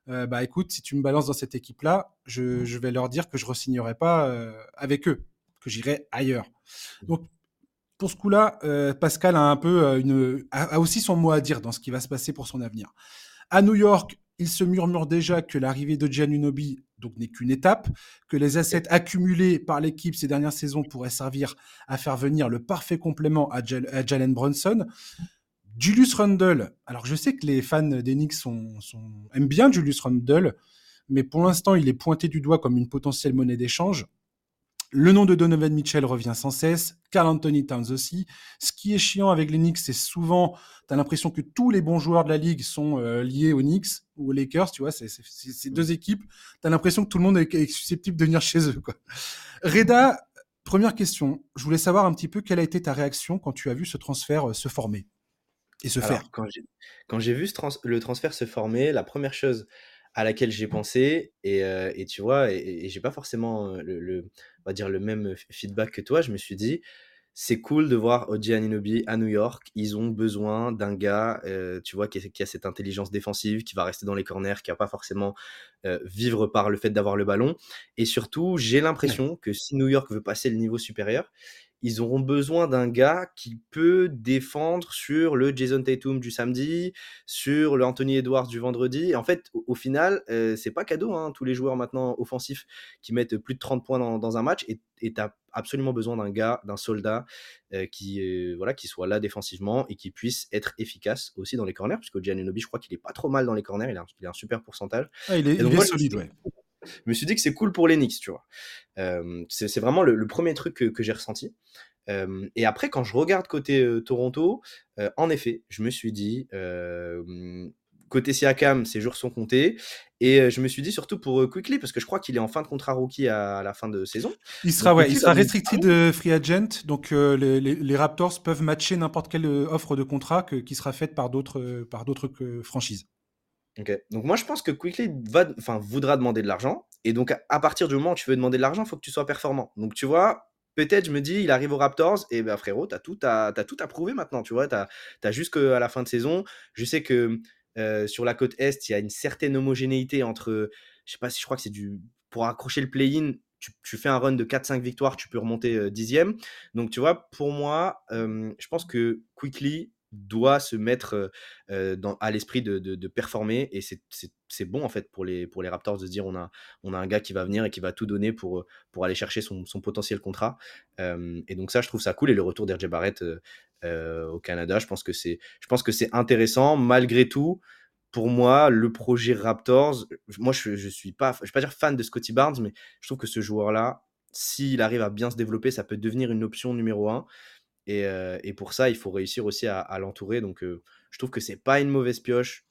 bah écoute, si tu me balances dans cette équipe-là, je vais leur dire que je re-signerai pas avec eux, que j'irai ailleurs. Donc pour ce coup-là, Pascal a un peu a aussi son mot à dire dans ce qui va se passer pour son avenir. À New York, il se murmure déjà que l'arrivée de Giannunobi donc n'est qu'une étape, que les Ok. assets accumulés par l'équipe ces dernières saisons pourraient servir à faire venir le parfait complément à Jalen Brunson. Julius Randle, alors je sais que les fans d'Enix aiment bien Julius Randle, mais pour l'instant il est pointé du doigt comme une potentielle monnaie d'échange. Le nom de Donovan Mitchell revient sans cesse, Karl Anthony Towns aussi. Ce qui est chiant avec les Knicks, c'est souvent, tu as l'impression que tous les bons joueurs de la ligue sont liés aux Knicks ou aux Lakers, tu vois, c'est deux équipes. Tu as l'impression que tout le monde est susceptible de venir chez eux, quoi. Reda, première question. Je voulais savoir un petit peu quelle a été ta réaction quand tu as vu ce transfert se former et se faire. Alors, quand j'ai vu le transfert se former, la première chose à laquelle j'ai pensé, et tu vois, et j'ai pas forcément on va dire le même feedback que toi, je me suis dit, c'est cool de voir OG Anunoby à New York. Ils ont besoin d'un gars, tu vois, qui a cette intelligence défensive, qui va rester dans les corners, qui va pas forcément vivre par le fait d'avoir le ballon. Et surtout, j'ai Ouais. l'impression que si New York veut passer le niveau supérieur, ils auront besoin d'un gars qui peut défendre sur le Jason Tatum du samedi, sur le Anthony Edwards du vendredi. Et en fait, au final, c'est pas cadeau, hein, tous les joueurs maintenant offensifs qui mettent plus de 30 points dans un match. Et tu as absolument besoin d'un gars, d'un soldat voilà, qui soit là défensivement et qui puisse être efficace aussi dans les corners, puisque Giannunobi, je crois qu'il est pas trop mal dans les corners, il a un super pourcentage. Ah, Et donc il est moi, solide, ouais. je me suis dit que c'est cool pour les Knicks, tu vois. C'est vraiment le premier truc que j'ai ressenti. Et après, quand je regarde côté Toronto, en effet, je me suis dit, côté Siakam, ses jours sont comptés. Et je me suis dit surtout pour Quickly, parce que je crois qu'il est en fin de contrat rookie à la fin de saison. Donc Il Quickly va sera venir. restricted free agent, donc les Raptors peuvent matcher n'importe quelle offre de contrat qui sera faite par d'autres franchises. Ok. Donc moi, je pense que Quickly voudra demander de l'argent. Et donc à partir du moment où tu veux demander de l'argent, il faut que tu sois performant. Donc tu vois, peut-être je me dis, il arrive aux Raptors, et ben frérot, t'as tout à prouver maintenant. Tu vois, t'as jusqu'à la fin de saison. Je sais que sur la côte Est, il y a une certaine homogénéité entre, je sais pas si je crois que c'est pour accrocher le play-in, tu fais un run de 4-5 victoires, tu peux remonter 10e. Donc tu vois, pour moi, je pense que Quickly doit se mettre à l'esprit de performer. Et c'est bon en fait pour les Raptors de se dire on a un gars qui va venir et qui va tout donner pour aller chercher son potentiel contrat. Et donc ça, je trouve ça cool. Et le retour d'RJ Barrett au Canada, je pense que c'est intéressant. Malgré tout, pour moi, le projet Raptors, moi je suis pas, je vais pas dire fan de Scotty Barnes, mais je trouve que ce joueur-là, s'il arrive à bien se développer, ça peut devenir une option numéro un. Et pour ça, il faut réussir aussi à l'entourer. Donc, je trouve que c'est pas une mauvaise pioche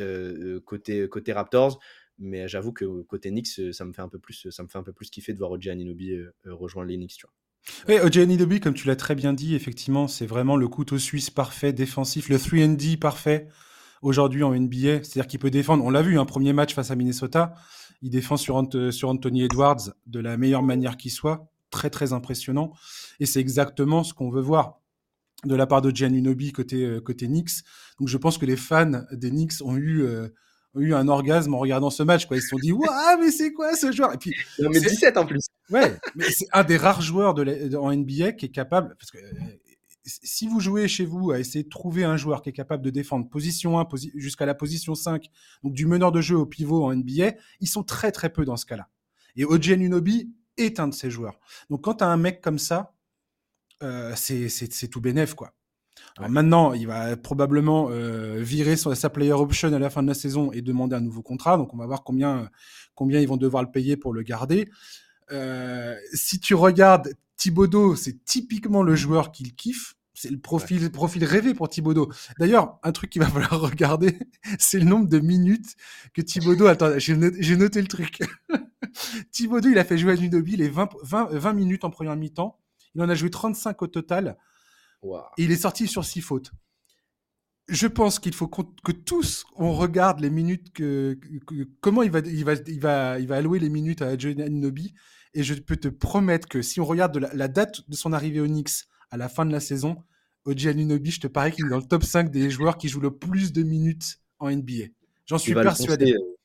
côté Raptors. Mais j'avoue que côté Knicks, ça me fait un peu plus kiffer de voir OG Anunoby rejoindre les Knicks, tu vois. Oui, OJ Anunoby, comme tu l'as très bien dit, effectivement, c'est vraiment le couteau suisse parfait, défensif, le 3&D parfait aujourd'hui en NBA. C'est-à-dire qu'il peut défendre. On l'a vu, un premier match face à Minnesota, il défend sur Anthony Edwards de la meilleure manière qui soit. Très, très impressionnant. Et c'est exactement ce qu'on veut voir de la part de Giannunobi côté Knicks. Donc je pense que les fans des Knicks ont eu un orgasme en regardant ce match. Quoi. Ils se sont dit, waouh, mais c'est quoi ce joueur? Et puis, Non, mais c'est 17 en plus. ouais, mais c'est un des rares joueurs en NBA qui est capable, parce que si vous jouez chez vous à essayer de trouver un joueur qui est capable de défendre position 1 jusqu'à la position 5, donc du meneur de jeu au pivot en NBA, ils sont très très peu dans ce cas-là. Et OG Anunoby est un de ces joueurs. Donc quand tu as un mec comme ça, c'est tout bénef, quoi. Alors Ouais. maintenant, il va probablement virer sa player option à la fin de la saison et demander un nouveau contrat. Donc on va voir combien ils vont devoir le payer pour le garder. Si tu regardes Thibodeau, c'est typiquement le joueur qu'il kiffe. C'est le Ouais. profil rêvé pour Thibodeau. D'ailleurs, un truc qu'il va falloir regarder, c'est le nombre de minutes que Thibodeau. Attends, j'ai noté le truc. Thibodeau, il a fait jouer à Nunobi les 20 minutes en première mi-temps. Il en a joué 35 au total Waouh. et il est sorti sur 6 fautes. Je pense qu'il faut que tous on regarde les minutes comment il va allouer les minutes à Johnny Anunoby, et je peux te promettre que si on regarde la date de son arrivée au Knicks à la fin de la saison, OG Anunoby, je te parie qu'il est dans le top 5 des joueurs qui jouent le plus de minutes en NBA. J'en Il suis va le persuadé. poncer.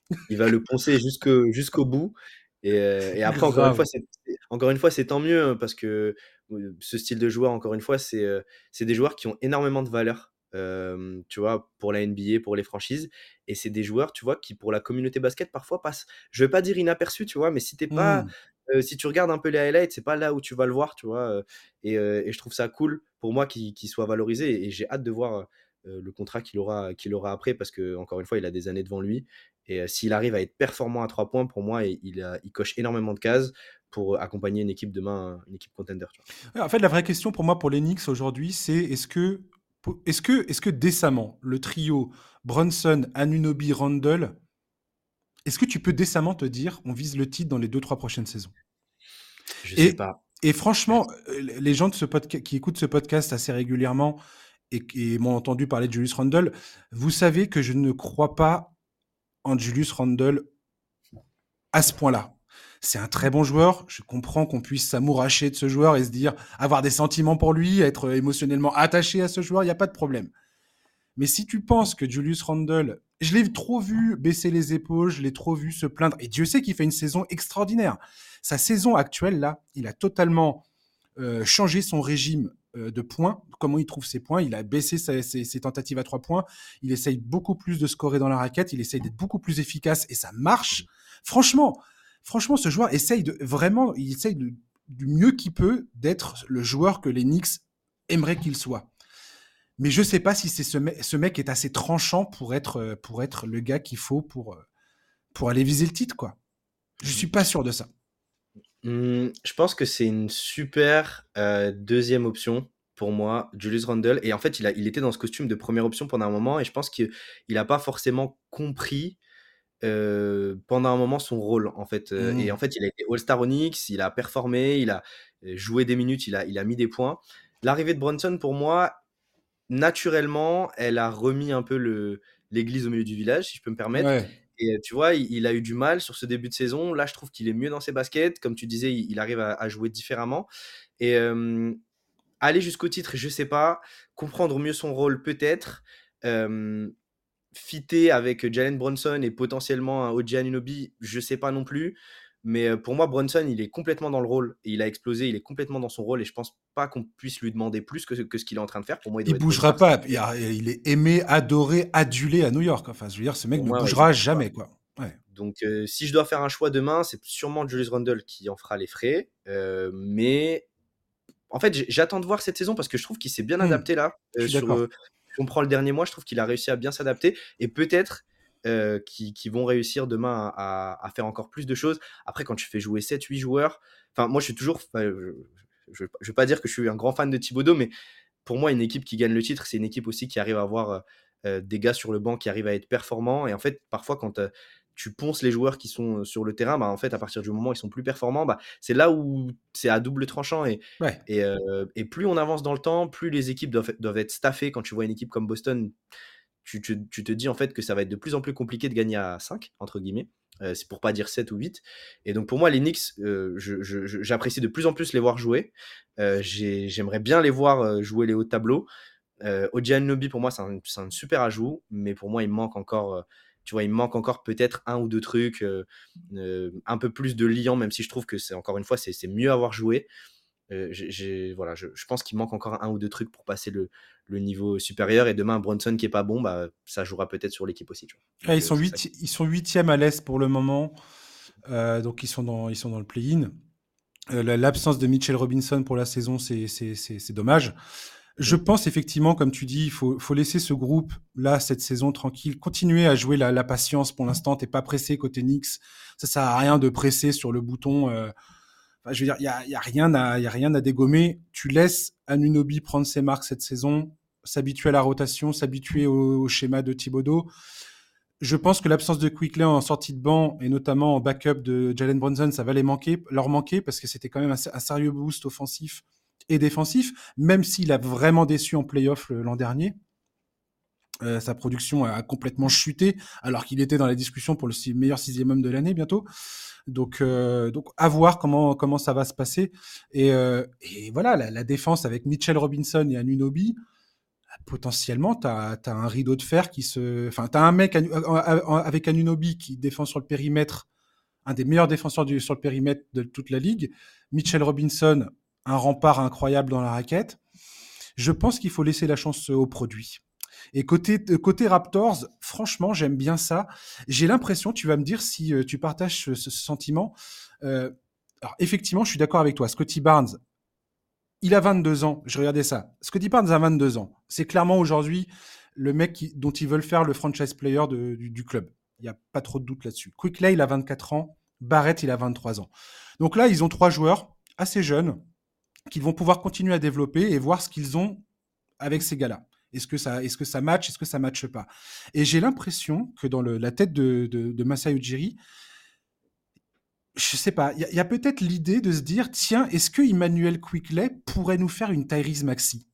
Il va le poncer jusqu'au bout. Et après, Grave. encore une fois, c'est tant mieux, hein, parce que ce style de joueur, encore une fois, c'est des joueurs qui ont énormément de valeur, tu vois, pour la NBA, pour les franchises. Et c'est des joueurs, tu vois, qui, pour la communauté basket, parfois passent, je vais pas dire inaperçus, tu vois, mais si t'es pas, Hmm. si tu regardes un peu les highlights, c'est pas là où tu vas le voir, tu vois. Et je trouve ça cool pour moi qu'il soit valorisé. Et j'ai hâte de voir le contrat qu'il aura après, parce que encore une fois, il a des années devant lui. Et s'il arrive à être performant à 3 points, pour moi, il coche énormément de cases pour accompagner une équipe demain, une équipe contender, tu vois. Ouais, en fait, la vraie question pour moi, pour les Knicks aujourd'hui, c'est est-ce que décemment, le trio Brunson, Anunoby, Randle, est-ce que tu peux décemment te dire on vise le titre dans les 2, 3 prochaines saisons? Je sais Et, pas. et Je franchement, les gens qui écoutent ce podcast assez régulièrement et m'ont entendu parler de Julius Randle, vous savez que je ne crois pas en Julius Randle à ce point-là. C'est un très bon joueur. Je comprends qu'on puisse s'amouracher de ce joueur et se dire, avoir des sentiments pour lui, être émotionnellement attaché à ce joueur, il n'y a pas de problème. Mais si tu penses que Julius Randle, je l'ai trop vu baisser les épaules, je l'ai trop vu se plaindre, et Dieu sait qu'il fait une saison extraordinaire. Sa saison actuelle, là, il a totalement changé son régime de points, comment il trouve ses points, il a baissé ses tentatives à 3 points, il essaye beaucoup plus de scorer dans la raquette, il essaye d'être beaucoup plus efficace, et ça marche. Franchement, franchement, ce joueur essaye du mieux qu'il peut d'être le joueur que les Knicks aimeraient qu'il soit. Mais je sais pas si ce mec est assez tranchant pour être le gars qu'il faut pour aller viser le titre, quoi. Je suis pas sûr de ça. Je pense que c'est une super deuxième option pour moi, Julius Randle. Et en fait, il était dans ce costume de première option pendant un moment, et je pense qu'il n'a pas forcément compris pendant un moment son rôle, en fait. Et en Mmh. fait, il a été All-Star Onyx, il a performé, il a joué des minutes, il a mis des points. L'arrivée de Brunson, pour moi, naturellement, elle a remis un peu l'église au milieu du village, si je peux me permettre. Ouais. Et tu vois, il a eu du mal sur ce début de saison. Là, je trouve qu'il est mieux dans ses baskets. Comme tu disais, il arrive à jouer différemment. Et aller jusqu'au titre, je sais pas. Comprendre mieux son rôle, peut-être. Euh, Fitter avec Jalen Brunson et potentiellement un OG Anunoby, je sais pas non plus. Mais pour moi, Brunson, il est complètement dans le rôle. Et il a explosé, il est complètement dans son rôle. Et je pense pas qu'on puisse lui demander plus que ce qu'il est en train de faire. Pour moi, il Il doit être bougera All-Star. pas. Il est aimé, adoré, adulé à New York. Enfin, je veux dire, ce mec Pour ne moi, ouais, il bougera bouge pas. jamais, quoi. Ouais. Donc, si je dois faire un choix demain, c'est sûrement Julius Randle qui en fera les frais. Mais en fait, j'attends de voir cette saison, parce que je trouve qu'il s'est bien Hmm. adapté là. Je suis d'accord. Si on prend le dernier mois, je trouve qu'il a réussi à bien s'adapter. Et peut-être qu'ils vont réussir demain à faire encore plus de choses. Après, quand tu fais jouer 7, 8 joueurs, enfin, moi, je suis toujours. Enfin, je vais pas dire que je suis un grand fan de Thibodeau, mais pour moi, une équipe qui gagne le titre, c'est une équipe aussi qui arrive à avoir des gars sur le banc qui arrivent à être performants. Et en fait, parfois, quand tu ponces les joueurs qui sont sur le terrain, bah, en fait, à partir du moment où ils sont plus performants, bah, c'est là où c'est à double tranchant. Ouais. Et plus on avance dans le temps, plus les équipes doivent être staffées. Quand tu vois une équipe comme Boston, tu te dis en fait que ça va être de plus en plus compliqué de gagner à 5, entre guillemets. C'est pour pas dire 7 ou 8. Et donc pour moi, les Knicks, j'apprécie de plus en plus les voir jouer. J'aimerais bien les voir jouer les hauts de tableau. OG Anunoby, pour moi, c'est un super ajout, mais pour moi, il me manque encore, tu vois, il me manque encore peut-être un ou deux trucs, un peu plus de liant, même si je trouve que c'est, encore une fois, c'est mieux avoir joué. Voilà, je pense qu'il manque encore un ou deux trucs pour passer le niveau supérieur. Et demain, Brunson qui est pas bon, bah, ça jouera peut-être sur l'équipe aussi, tu vois. Ouais, Donc c'est ça. ils sont huitièmes à l'Est pour le moment. Donc ils sont dans le play-in. L'absence de Mitchell Robinson pour la saison, c'est dommage. Je Mm. pense effectivement, comme tu dis, il faut laisser ce groupe là cette saison tranquille, continuer à jouer la patience pour l'instant. T'es pas pressé côté Knicks, ça sert à rien de presser sur le bouton. Enfin, je veux dire, il y a rien à dégommer. Tu laisses Anunoby prendre ses marques cette saison, s'habituer à la rotation, s'habituer au schéma de Thibodeau. Je pense que l'absence de Quickley en sortie de banc et notamment en backup de Jalen Brunson, ça va leur manquer parce que c'était quand même un sérieux boost offensif et défensif, même s'il a vraiment déçu en playoff l'an dernier. Sa production a complètement chuté alors qu'il était dans la discussion pour le meilleur sixième homme de l'année bientôt. Donc à voir comment ça va se passer. Et voilà, la défense avec Mitchell Robinson et Anunoby, potentiellement, tu as un rideau de fer qui se. Enfin, tu as un mec avec Anunoby qui défend sur le périmètre, un des meilleurs défenseurs sur le périmètre de toute la ligue. Mitchell Robinson, un rempart incroyable dans la raquette. Je pense qu'il faut laisser la chance aux produits. Et côté Raptors, franchement, j'aime bien ça. J'ai l'impression, tu vas me dire si tu partages ce sentiment. Euh, alors, effectivement, je suis d'accord avec toi. Scotty Barnes, il a 22 ans. Je regardais ça. Scotty Barnes a 22 ans. C'est clairement aujourd'hui le mec dont ils veulent faire le franchise player du club. Il n'y a pas trop de doute là-dessus. Quickley, il a 24 ans. Barrett, il a 23 ans. Donc là, ils ont 3 joueurs assez jeunes qu'ils vont pouvoir continuer à développer et voir ce qu'ils ont avec ces gars-là. Est-ce que ça match, est-ce que ça matche pas? Et j'ai l'impression que dans la tête de Masai Ujiri, je sais pas, il y a peut-être l'idée de se dire, tiens, est-ce que Emmanuel Quickley pourrait nous faire une Tyrese Maxey?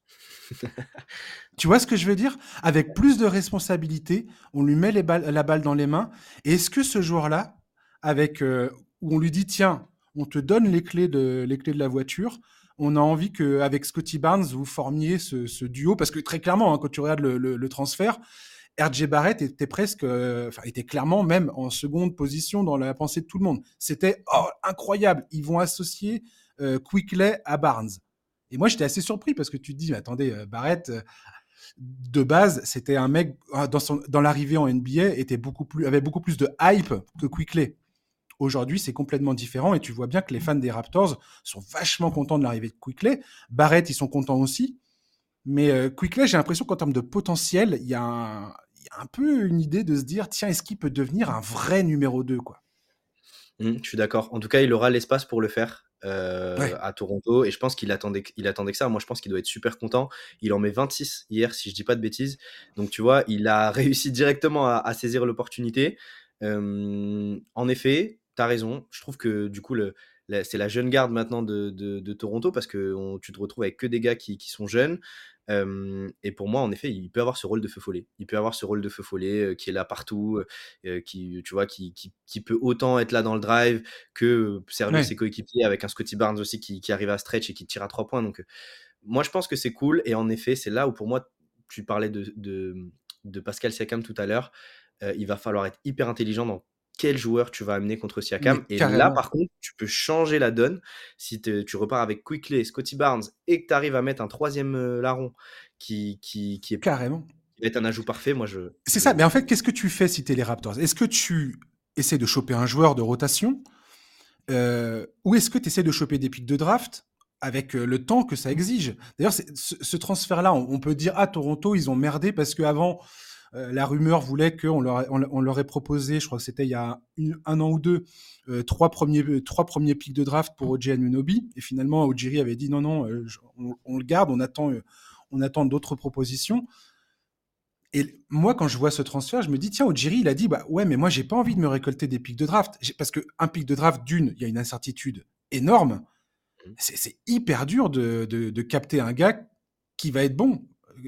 Tu vois ce que je veux dire? Avec plus de responsabilités, on lui met la balle dans les mains. Et est-ce que ce joueur-là, où on lui dit, tiens, on te donne les clés de la voiture, on a envie qu'avec Scotty Barnes, vous formiez ce duo, parce que très clairement, hein, quand tu regardes le transfert, RJ Barrett était était clairement même en seconde position dans la pensée de tout le monde. C'était incroyable, ils vont associer Quickley à Barnes. Et moi, j'étais assez surpris parce que tu te dis, attendez, Barrett, de base, c'était un mec dans l'arrivée en NBA avait beaucoup plus de hype que Quickley. Aujourd'hui, c'est complètement différent et tu vois bien que les fans des Raptors sont vachement contents de l'arrivée de Quickley. Barrett, ils sont contents aussi. Mais Quickley, j'ai l'impression qu'en termes de potentiel, il y a un peu une idée de se dire, tiens, est-ce qu'il peut devenir un vrai numéro 2, quoi? Je suis d'accord. En tout cas, il aura l'espace pour le faire Ouais. à Toronto et je pense qu'il attendait que ça. Moi, je pense qu'il doit être super content. Il en met 26 hier, si je dis pas de bêtises. Donc, tu vois, il a réussi directement à saisir l'opportunité. En effet, tu as raison. Je trouve que du coup, c'est la jeune garde maintenant de Toronto parce que tu te retrouves avec que des gars qui sont jeunes. Et pour moi, en effet, il peut avoir ce rôle de feu follet. Il peut avoir ce rôle de feu follet qui est là partout, qui, tu vois, qui peut autant être là dans le drive que servir Ouais. ses coéquipiers avec un Scotty Barnes aussi qui arrive à stretch et qui tire à 3 points. Donc, moi, je pense que c'est cool. Et en effet, c'est là où pour moi, tu parlais de Pascal Siakam tout à l'heure. Il va falloir être hyper intelligent dans quel joueur tu vas amener contre Siakam. Mais Et là, carrément. par contre, tu peux changer la donne si tu repars avec Quickley, Scotty Barnes et que tu arrives à mettre un troisième larron Carrément. qui va être un ajout parfait. Moi, C'est ça. Mais en fait, qu'est-ce que tu fais si tu es les Raptors? Est-ce que tu essaies de choper un joueur de rotation ou est-ce que tu essaies de choper des pics de draft avec le temps que ça exige? D'ailleurs, ce transfert-là, on peut dire, ah, Toronto, ils ont merdé parce qu'avant, la rumeur voulait on leur ait proposé, je crois que c'était il y a un an ou deux, trois premiers pics de draft pour OG Anunoby. Et finalement, Ojiri avait dit non, non, on le garde, on attend d'autres propositions. Et moi, quand je vois ce transfert, je me dis, tiens, Ojiri, il a dit, bah ouais, mais moi, j'ai pas envie de me récolter des pics de draft. Parce qu'un pic de draft, d'une, il y a une incertitude énorme. C'est hyper dur de capter un gars qui va être bon.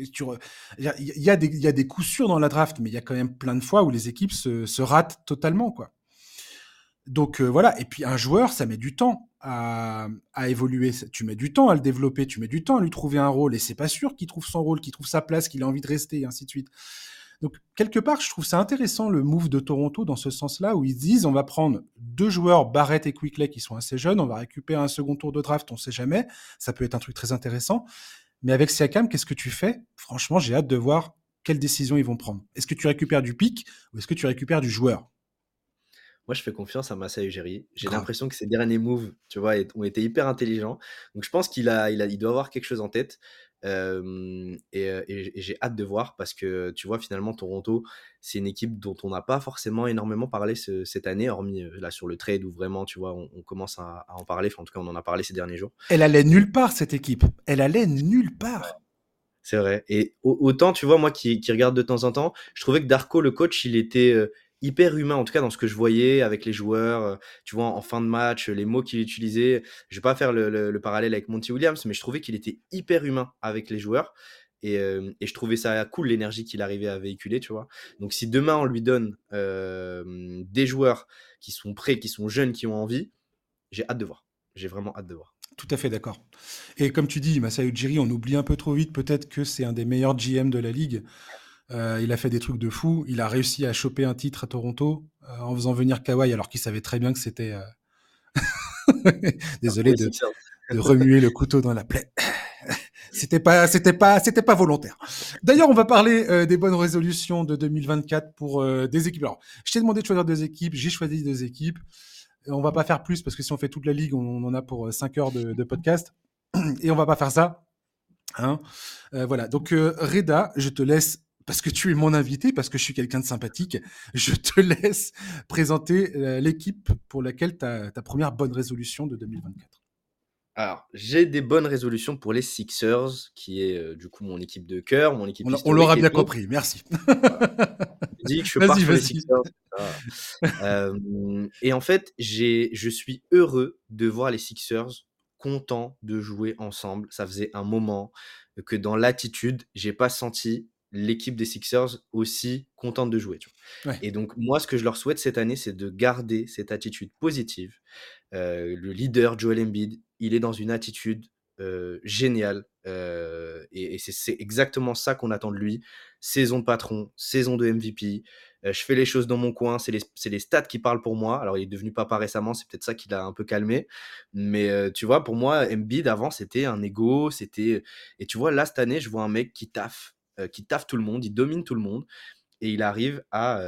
Il y a des coups sûrs dans la draft, mais il y a quand même plein de fois où les équipes se ratent totalement, quoi. Donc voilà, et puis un joueur, ça met du temps à évoluer. Tu mets du temps à le développer, tu mets du temps à lui trouver un rôle, et c'est pas sûr qu'il trouve son rôle, qu'il trouve sa place, qu'il a envie de rester, et ainsi de suite. Donc quelque part, je trouve ça intéressant le move de Toronto dans ce sens-là, où ils se disent on va prendre 2 joueurs, Barrett et Quickley, qui sont assez jeunes, on va récupérer un second tour de draft, on sait jamais, ça peut être un truc très intéressant. Mais avec Siakam, qu'est-ce que tu fais? Franchement, j'ai hâte de voir quelles décisions ils vont prendre. Est-ce que tu récupères du pic ou est-ce que tu récupères du joueur? Moi, je fais confiance à Masai Ujiri. J'ai Grave. l'impression que ses derniers moves, tu vois, ont été hyper intelligents. Donc, je pense il doit avoir quelque chose en tête. Et j'ai hâte de voir parce que, tu vois, finalement, Toronto, c'est une équipe dont on n'a pas forcément énormément parlé cette année, hormis là sur le trade où vraiment, tu vois, on commence à en parler. Enfin, en tout cas, on en a parlé ces derniers jours. Elle allait nulle part, cette équipe. Elle allait nulle part. C'est vrai. Et autant, tu vois, moi qui regarde de temps en temps, je trouvais que Darko, le coach, il était hyper humain, en tout cas dans ce que je voyais avec les joueurs. Tu vois, en fin de match, les mots qu'il utilisait. Je vais pas faire le parallèle avec Monty Williams, mais je trouvais qu'il était hyper humain avec les joueurs. Et je trouvais ça cool, l'énergie qu'il arrivait à véhiculer, tu vois. Donc si demain, on lui donne des joueurs qui sont prêts, qui sont jeunes, qui ont envie, j'ai hâte de voir. J'ai vraiment hâte de voir. Tout à fait d'accord. Et comme tu dis, Masai Ujiri, on oublie un peu trop vite peut-être que c'est un des meilleurs GM de la ligue. Il a fait des trucs de fou. Il a réussi à choper un titre à Toronto en faisant venir Kawhi alors qu'il savait très bien que c'était... Pour Désolé les Sixers. de remuer le couteau dans la plaie. C'était pas volontaire. D'ailleurs, on va parler des bonnes résolutions de 2024 pour des équipes. Alors, je t'ai demandé de choisir deux équipes, j'ai choisi deux équipes. On va pas faire plus parce que si on fait toute la ligue, on en a pour 5 heures de podcast. Et on va pas faire ça. Hein. Voilà. Donc, Reda, je te laisse, parce que tu es mon invité, parce que je suis quelqu'un de sympathique, je te laisse présenter l'équipe pour laquelle ta première bonne résolution de 2024. Alors, j'ai des bonnes résolutions pour les Sixers, qui est du coup mon équipe de cœur, mon équipe On l'aura historique. Et bien pour compris, merci. voilà, je dis que je pars Vas-y, sur les vas-y. Sixers. Et en fait, je suis heureux de voir les Sixers contents de jouer ensemble. Ça faisait un moment que dans l'attitude, j'ai pas senti l'équipe des Sixers aussi contente de jouer. Tu vois. Ouais, Et donc, moi, ce que je leur souhaite cette année, c'est de garder cette attitude positive. Le leader, Joel Embiid, il est dans une attitude géniale. Et c'est exactement ça qu'on attend de lui. Saison de patron, saison de MVP. Je fais les choses dans mon coin. C'est les stats qui parlent pour moi. Alors, il est devenu papa récemment. C'est peut-être ça qui l'a un peu calmé. Mais tu vois, pour moi, Embiid, avant, c'était un ego. Et tu vois, là, cette année, je vois un mec qui taffe tout le monde. Il domine tout le monde et il arrive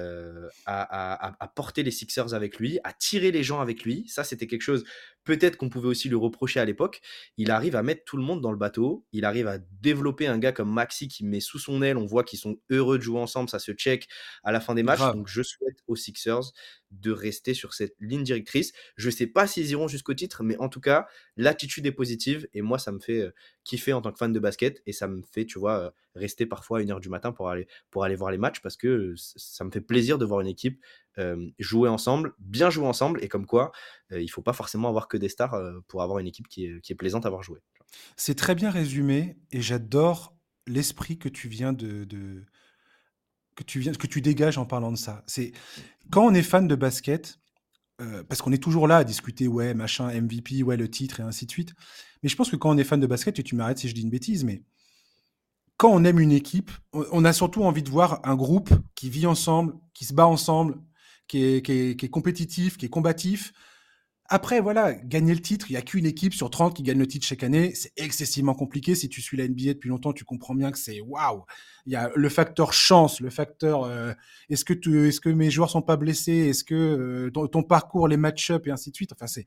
à porter les Sixers avec lui, à tirer les gens avec lui. Ça, c'était quelque chose peut-être qu'on pouvait aussi lui reprocher à l'époque. Il arrive à mettre tout le monde dans le bateau. Il arrive à développer un gars comme Maxi qui met sous son aile. On voit qu'ils sont heureux de jouer ensemble. Ça se check à la fin des matchs. grave. Donc, je souhaite aux Sixers de rester sur cette ligne directrice. Je ne sais pas s'ils iront jusqu'au titre, mais en tout cas, l'attitude est positive. Et moi, ça me fait kiffer en tant que fan de basket. Et ça me fait, tu vois, rester parfois à 1h du matin pour aller voir les matchs parce que ça me fait plaisir de voir une équipe jouer ensemble, bien jouer ensemble, et comme quoi il faut pas forcément avoir que des stars pour avoir une équipe qui est plaisante à voir jouer. C'est très bien résumé et j'adore l'esprit que tu dégages en parlant de ça. C'est quand on est fan de basket, parce qu'on est toujours là à discuter, ouais, machin, MVP, ouais, le titre et ainsi de suite. Mais je pense que quand on est fan de basket, et tu m'arrêtes si je dis une bêtise, mais quand on aime une équipe, on a surtout envie de voir un groupe qui vit ensemble, qui se bat ensemble, qui est compétitif, qui est combatif. Après, voilà, gagner le titre, il n'y a qu'une équipe sur 30 qui gagne le titre chaque année. C'est excessivement compliqué. Si tu suis la NBA depuis longtemps, tu comprends bien que c'est waouh. Il y a le facteur chance, le facteur est-ce que mes joueurs sont pas blessés, est-ce que ton parcours, les match-up et ainsi de suite. Enfin,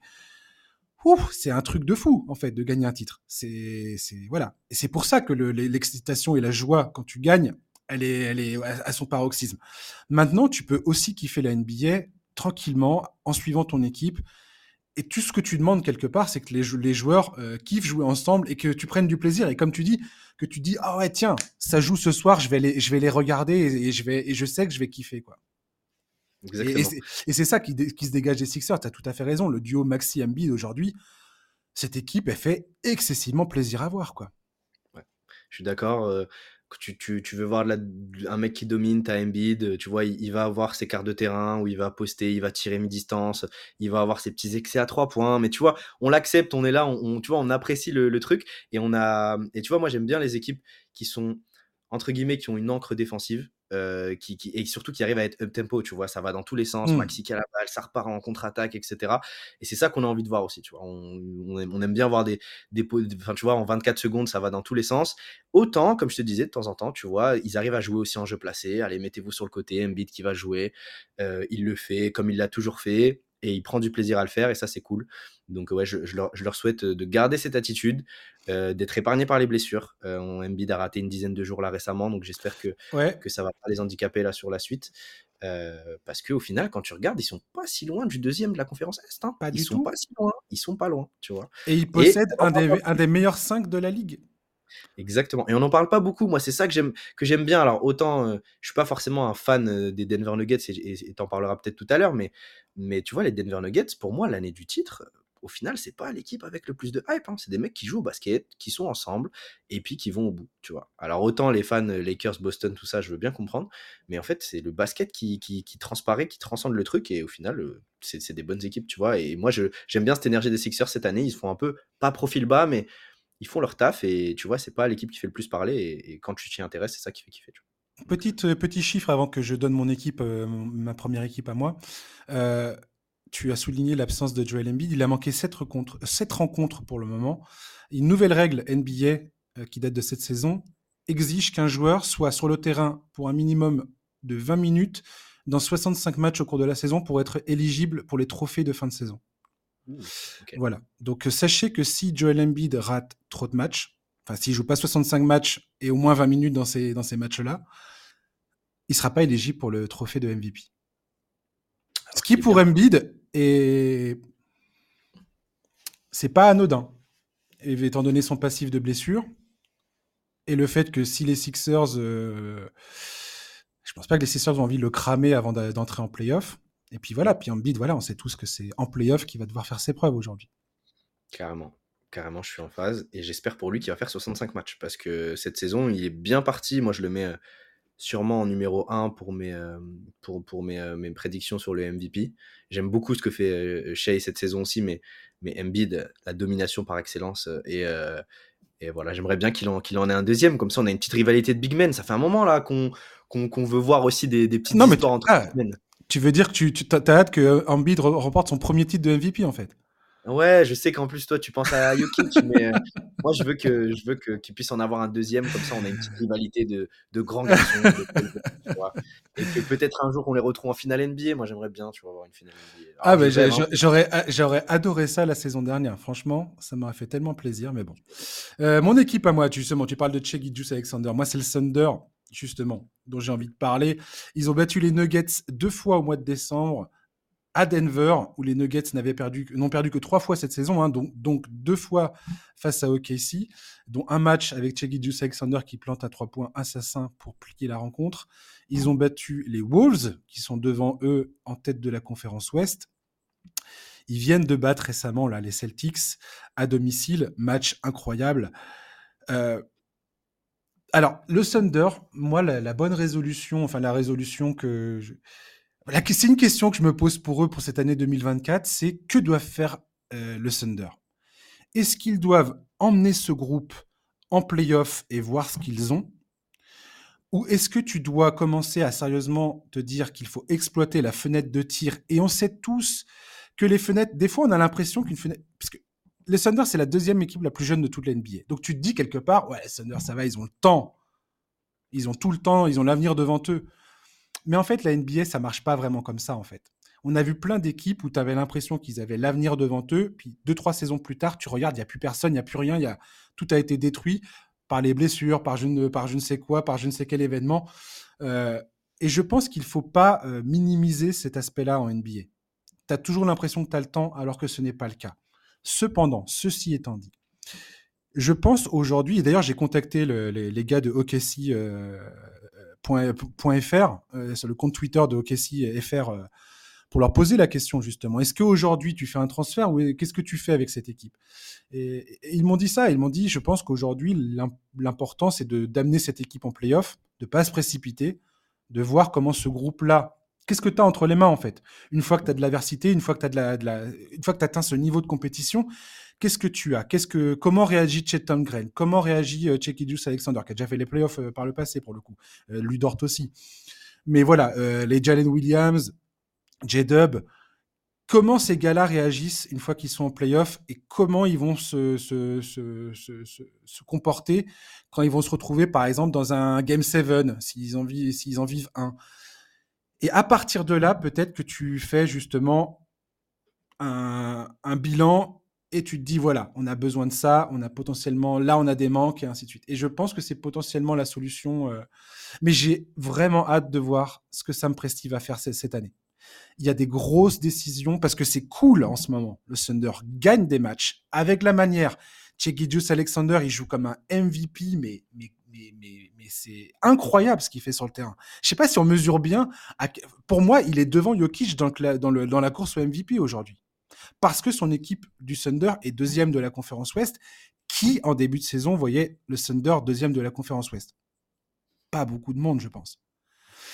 c'est un truc de fou en fait de gagner un titre. Voilà. Et c'est pour ça que l'excitation et la joie quand tu gagnes, elle est à son paroxysme. Maintenant, tu peux aussi kiffer la NBA tranquillement en suivant ton équipe et tout ce que tu demandes quelque part, c'est que les joueurs kiffent jouer ensemble et que tu prennes du plaisir. Et comme tu dis, que tu dis, ah ouais, tiens, ça joue ce soir, je vais les regarder et je sais que je vais kiffer, quoi. Et, et Exactement. c'est et c'est ça qui se dégage des Sixers. Tu as tout à fait raison. Le duo Maxi Embiid aujourd'hui, cette équipe, elle fait excessivement plaisir à voir, quoi. Ouais. Je suis d'accord. Que tu veux voir un mec qui domine, t'as Embiid, tu vois, il va avoir ses quarts de terrain où il va poster, il va tirer mi-distance, il va avoir ses petits excès à 3 points. Mais tu vois, on l'accepte, on est là, tu vois, on apprécie le truc. Et tu vois, moi j'aime bien les équipes qui sont, entre guillemets, qui ont une encre défensive. Et surtout qui arrivent à être up tempo, tu vois, ça va dans tous les sens, Mm. Maxi qui a la balle, ça repart en contre-attaque, etc. Et c'est ça qu'on a envie de voir aussi, tu vois. On aime bien voir enfin, tu vois, en 24 secondes, ça va dans tous les sens. Autant, comme je te disais, de temps en temps, tu vois, ils arrivent à jouer aussi en jeu placé. Allez, mettez-vous sur le côté, Embiid qui va jouer. Il le fait comme il l'a toujours fait. Et il prend du plaisir à le faire, et ça, c'est cool. Donc, ouais, je leur souhaite de garder cette attitude, d'être épargné par les blessures. Embiid a raté une dizaine de jours là récemment, donc j'espère Ouais, que ça va pas les handicaper là sur la suite. Parce qu'au final, quand tu regardes, ils sont pas si loin du deuxième de la conférence Est. Hein. pas Ils du sont tout. pas si loin. Ils sont pas loin, tu vois. Et il Et possède on en parle pas un des meilleurs 5 de la ligue. exactement. Et on n'en parle pas beaucoup. Moi, c'est ça que j'aime bien. Alors, autant, je suis pas forcément un fan des Denver Nuggets, et t'en parleras peut-être tout à l'heure, mais tu vois, les Denver Nuggets, pour moi, l'année du titre, au final, c'est pas l'équipe avec le plus de hype. Hein. C'est des mecs qui jouent au basket, qui sont ensemble, et puis qui vont au bout, tu vois. Alors, autant les fans Lakers, Boston, tout ça, je veux bien comprendre, mais en fait, c'est le basket qui transparaît, qui transcende le truc, et au final, c'est des bonnes équipes, tu vois. Et moi, j'aime bien cette énergie des Sixers cette année. Ils se font un peu, pas profil bas, mais ils font leur taf. Et tu vois, c'est pas l'équipe qui fait le plus parler. Et quand tu t'y intéresses, c'est ça qui fait kiffer. Tu vois. Donc, Petit chiffre avant que je donne mon équipe, ma première équipe à moi. Euh, Tu as souligné l'absence de Joel Embiid. Il a manqué 7 rencontres pour le moment. Une nouvelle règle NBA qui date de cette saison exige qu'un joueur soit sur le terrain pour un minimum de 20 minutes dans 65 matchs au cours de la saison pour être éligible pour les trophées de fin de saison. ok. Voilà. Donc sachez que si Joel Embiid rate trop de matchs, enfin s'il joue pas 65 matchs et au moins 20 minutes dans ces matchs-là, il sera pas éligible pour le trophée de MVP. Ce Alors qui qu'il est pour bien. Embiid c'est pas anodin, étant donné son passif de blessure et le fait que si les Sixers, je pense pas que les Sixers ont envie de le cramer avant d'entrer en playoff. Et puis voilà, puis Embiid, voilà, on sait tous que c'est en playoff qu'il va devoir faire ses preuves aujourd'hui. Carrément. Carrément, je suis en phase. Et j'espère pour lui qu'il va faire 65 matchs. Parce que cette saison, il est bien parti. Moi, je le mets sûrement en numéro 1 pour mes prédictions sur le MVP. J'aime beaucoup ce que fait Shea cette saison aussi, mais Embiid, la domination par excellence. Et voilà, j'aimerais bien qu'il en ait un deuxième. Comme ça, on a une petite rivalité de big men. Ça fait un moment là qu'on veut voir aussi des petites Non, mais histoires entre big men. tu veux dire que tu as hâte que Embiid remporte son premier titre de MVP en fait. Ouais, je sais qu'en plus, toi, tu penses à Jokic, mais moi, qu'il puisse en avoir un deuxième. Comme ça, on a une petite rivalité de grands garçons, de belles mecs, tu vois. Et que peut-être un jour, on les retrouve en finale NBA. Moi, j'aimerais bien, tu vois, avoir une finale NBA. Ah Alors, je ben rêve, hein. j'aurais adoré ça la saison dernière. Franchement, ça m'aurait fait tellement plaisir. Mais bon, mon équipe à moi, justement, tu parles de Shai Gilgeous-Alexander. Moi, c'est le Thunder, justement, dont j'ai envie de parler. Ils ont battu les Nuggets 2 fois au mois de décembre à Denver, où les Nuggets n'ont perdu que 3 fois cette saison, hein, donc 2 fois face à OKC, dont un match avec Shai Gilgeous-Alexander qui plante à 3 points assassin pour plier la rencontre. Ils ont battu les Wolves, qui sont devant eux en tête de la conférence Ouest. Ils viennent de battre récemment là, les Celtics à domicile, match incroyable. Euh, alors, le Thunder, moi, la bonne résolution, enfin la résolution c'est une question que je me pose pour eux pour cette année 2024, c'est que doivent faire le Thunder? Est-ce qu'ils doivent emmener ce groupe en playoff et voir ce qu'ils ont? Ou est-ce que tu dois commencer à sérieusement te dire qu'il faut exploiter la fenêtre de tir? Et on sait tous que les fenêtres, des fois on a l'impression qu'une fenêtre... Parce que les Thunder, c'est la deuxième équipe la plus jeune de toute la NBA. Donc tu te dis quelque part, ouais, les Thunder, ça va, ils ont le temps. Ils ont tout le temps, ils ont l'avenir devant eux. Mais en fait, la NBA, ça marche pas vraiment comme ça, en fait. On a vu plein d'équipes où tu avais l'impression qu'ils avaient l'avenir devant eux, puis 2, 3 saisons plus tard, tu regardes, il n'y a plus personne, il n'y a plus rien, tout a été détruit par les blessures, par je ne sais quoi, par je ne sais quel événement. Et je pense qu'il ne faut pas minimiser cet aspect-là en NBA. Tu as toujours l'impression que tu as le temps, alors que ce n'est pas le cas. Cependant, ceci étant dit, je pense aujourd'hui, et d'ailleurs j'ai contacté les gars de OKC .fr, sur le compte Twitter de OKC FR, pour leur poser la question justement. Est-ce qu'aujourd'hui tu fais un transfert ou qu'est-ce que tu fais avec cette équipe? Et ils m'ont dit ça, ils m'ont dit, je pense qu'aujourd'hui l'important c'est d'amener cette équipe en playoff, de pas se précipiter, de voir comment ce groupe-là, qu'est-ce que tu as entre les mains en fait? Une fois que tu as de l'aversité, une fois que tu une fois que tu atteins ce niveau de compétition, qu'est-ce que tu as? Comment réagit Chet Holmgren? Comment réagit Shai Gilgeous-Alexander, qui a déjà fait les playoffs par le passé pour le coup, Lu Dort aussi. Mais voilà, les Jalen Williams, J-Dub, comment ces gars-là réagissent une fois qu'ils sont en playoff et comment ils vont se comporter quand ils vont se retrouver, par exemple, dans un Game 7, s'ils en vivent un. Et à partir de là, peut-être que tu fais justement un bilan et tu te dis, voilà, on a besoin de ça, on a potentiellement, là, on a des manques et ainsi de suite. Et je pense que c'est potentiellement la solution. Mais j'ai vraiment hâte de voir ce que Sam Presti va faire cette année. Il y a des grosses décisions parce que c'est cool en ce moment. Le Thunder gagne des matchs avec la manière. Shai Gilgeous-Alexander, il joue comme un MVP, mais c'est incroyable ce qu'il fait sur le terrain. Je sais pas si on mesure bien. Pour moi, il est devant Jokic dans la course au MVP aujourd'hui. Parce que son équipe du Thunder est deuxième de la conférence Ouest. Qui, en début de saison, voyait le Thunder deuxième de la conférence Ouest? Pas beaucoup de monde, je pense.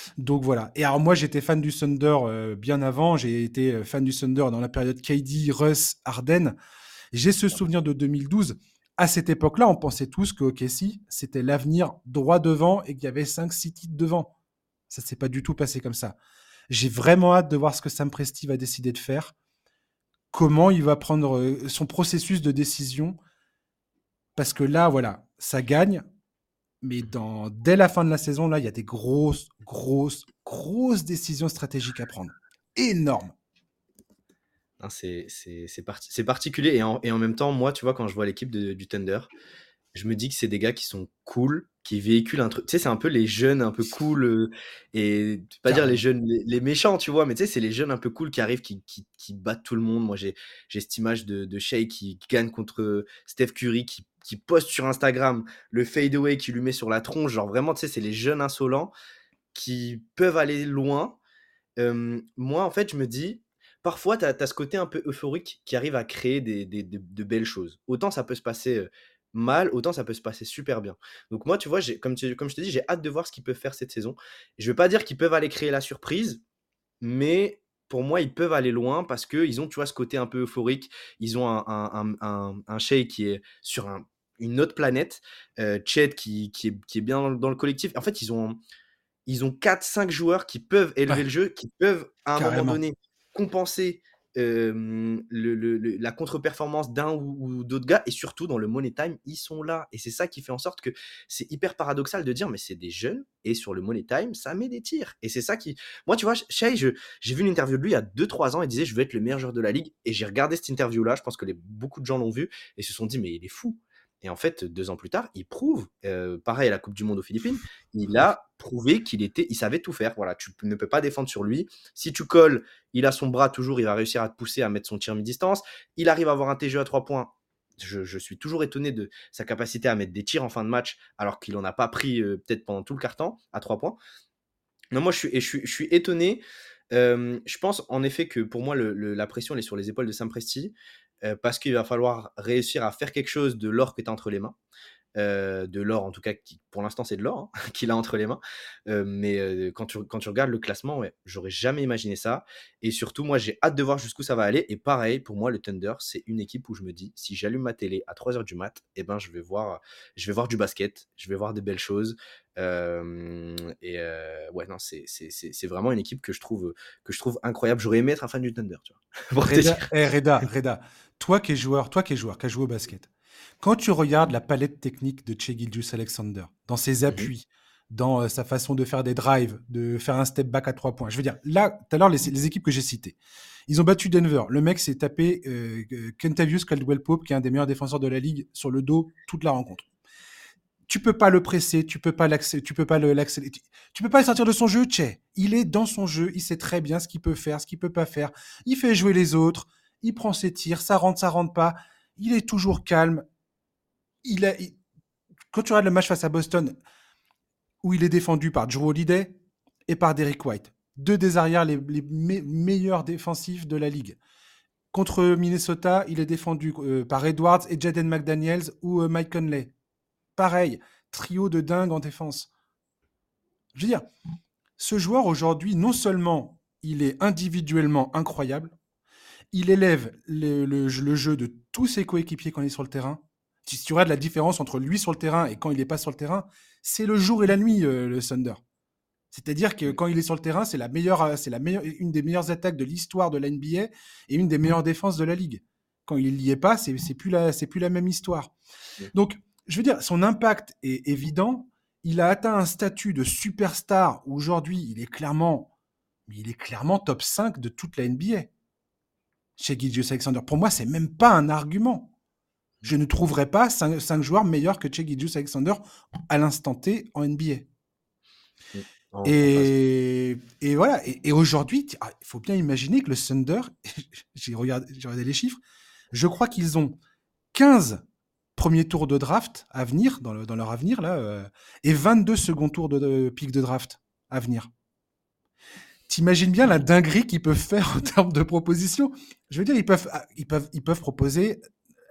Donc voilà. Et alors moi, j'étais fan du Thunder bien avant. J'ai été fan du Thunder dans la période KD, Russ, Harden. J'ai ce souvenir de 2012. À cette époque-là, on pensait tous que OKC, c'était l'avenir droit devant et qu'il y avait 5-6 titres devant. Ça ne s'est pas du tout passé comme ça. J'ai vraiment hâte de voir ce que Sam Presti va décider de faire, comment il va prendre son processus de décision, parce que là, voilà, ça gagne, mais dès la fin de la saison, là, il y a des grosses décisions stratégiques à prendre. Énorme. Hein, c'est particulier et en même temps, moi, tu vois, quand je vois l'équipe du Thunder, je me dis que c'est des gars qui sont cool, qui véhiculent un truc. Tu sais, c'est un peu les jeunes un peu cool et pas dire les Carrément. jeunes, les méchants, tu vois, mais tu sais, c'est les jeunes un peu cool qui arrivent, qui battent tout le monde. Moi, j'ai cette image de Shea qui gagne contre Steph Curry, qui poste sur Instagram le fadeaway qu'il lui met sur la tronche. Genre vraiment, tu sais, c'est les jeunes insolents qui peuvent aller loin. Moi, en fait, je me dis, parfois, tu as ce côté un peu euphorique qui arrive à créer de belles choses. Autant ça peut se passer mal, autant ça peut se passer super bien. Donc moi, tu vois, comme je te dis, j'ai hâte de voir ce qu'ils peuvent faire cette saison. Je ne veux pas dire qu'ils peuvent aller créer la surprise, mais pour moi, ils peuvent aller loin parce qu'ils ont, tu vois, ce côté un peu euphorique. Ils ont un Shea qui est sur une autre planète, Chet qui est bien dans le collectif. En fait, ils ont 4-5 joueurs qui peuvent élever Ouais, le jeu, qui peuvent, à un moment carrément. donné, compenser la contre-performance d'un ou d'autres gars. Et surtout, dans le Money Time, ils sont là. Et c'est ça qui fait en sorte que c'est hyper paradoxal de dire, mais c'est des jeunes, et sur le Money Time, ça met des tirs. Et c'est ça qui... Moi, tu vois, Shai, j'ai vu une interview de lui il y a 2-3 ans, il disait, je veux être le meilleur joueur de la ligue. Et j'ai regardé cette interview-là, je pense que beaucoup de gens l'ont vu, et se sont dit, mais il est fou. Et en fait, 2 ans plus tard, il prouve, pareil à la Coupe du Monde aux Philippines, il Ouais. a prouvé il savait tout faire. Voilà, tu ne peux pas défendre sur lui. Si tu colles, il a son bras toujours, il va réussir à te pousser à mettre son tir mi-distance. Il arrive à avoir un TGE à 3 points. Je suis toujours étonné de sa capacité à mettre des tirs en fin de match, alors qu'il n'en a pas pris peut-être pendant tout le quart-temps à 3 points. Non, moi, je suis étonné. Je pense en effet que pour moi, la pression elle est sur les épaules de Sam Presti, parce qu'il va falloir réussir à faire quelque chose de l'or que tu as entre les mains. De l'or en tout cas, qui pour l'instant c'est de l'or hein, qu'il a entre les mains. Mais quand tu regardes le classement, ouais, j'aurais jamais imaginé ça. Et surtout, moi j'ai hâte de voir jusqu'où ça va aller. Et pareil, pour moi, le Thunder, c'est une équipe où je me dis, si j'allume ma télé à 3h du mat, eh ben, je vais voir du basket, je vais voir des belles choses. Ouais, non, c'est vraiment une équipe que je trouve incroyable. J'aurais aimé être un fan du Thunder, tu vois, pour te Reda, dire. Reda, toi qui es joueur, qui as joué au basket, quand tu regardes la palette technique de Shai Gilgeous-Alexander, dans ses Mhm. appuis, dans sa façon de faire des drives, de faire un step back à 3 points, je veux dire, là, tout à l'heure, les équipes que j'ai citées, ils ont battu Denver. Le mec s'est tapé Kentavious Caldwell-Pope, qui est un des meilleurs défenseurs de la ligue, sur le dos toute la rencontre. Tu peux pas le presser, tu peux pas l'accélérer, tu peux pas le sortir de son jeu, Che. Il est dans son jeu, il sait très bien ce qu'il peut faire, ce qu'il peut pas faire. Il fait jouer les autres, il prend ses tirs, ça rentre pas. Il est toujours calme. Il a, il- Quand tu regardes le match face à Boston, où il est défendu par Drew Holiday et par Derrick White, deux des arrières les meilleurs défensifs de la ligue. Contre Minnesota, il est défendu par Edwards et Jaden McDaniels ou Mike Conley. Pareil, trio de dingue en défense. Je veux dire, ce joueur aujourd'hui, non seulement il est individuellement incroyable, il élève le jeu de tous ses coéquipiers quand il est sur le terrain. Si tu regardes la différence entre lui sur le terrain et quand il n'est pas sur le terrain, c'est le jour et la nuit, le Thunder. C'est-à-dire que quand il est sur le terrain, une des meilleures attaques de l'histoire de la NBA et une des meilleures défenses de la ligue. Quand il n'y est pas, c'est plus la même histoire. Donc, je veux dire, son impact est évident. Il a atteint un statut de superstar où aujourd'hui, il est clairement top 5 de toute la NBA chez Gilgeous Alexander. Pour moi, c'est même pas un argument. Je ne trouverais pas 5 joueurs meilleurs que Shai Gilgeous-Alexander à l'instant T en NBA. En face. Et voilà. Et aujourd'hui, il faut bien imaginer que le Thunder, j'ai regardé les chiffres, je crois qu'ils ont 15 premiers tours de draft à venir, dans leur avenir, là, et 22 second tours de pick de draft à venir. T'imagines bien la dinguerie qu'ils peuvent faire en termes de propositions. Je veux dire, ils peuvent proposer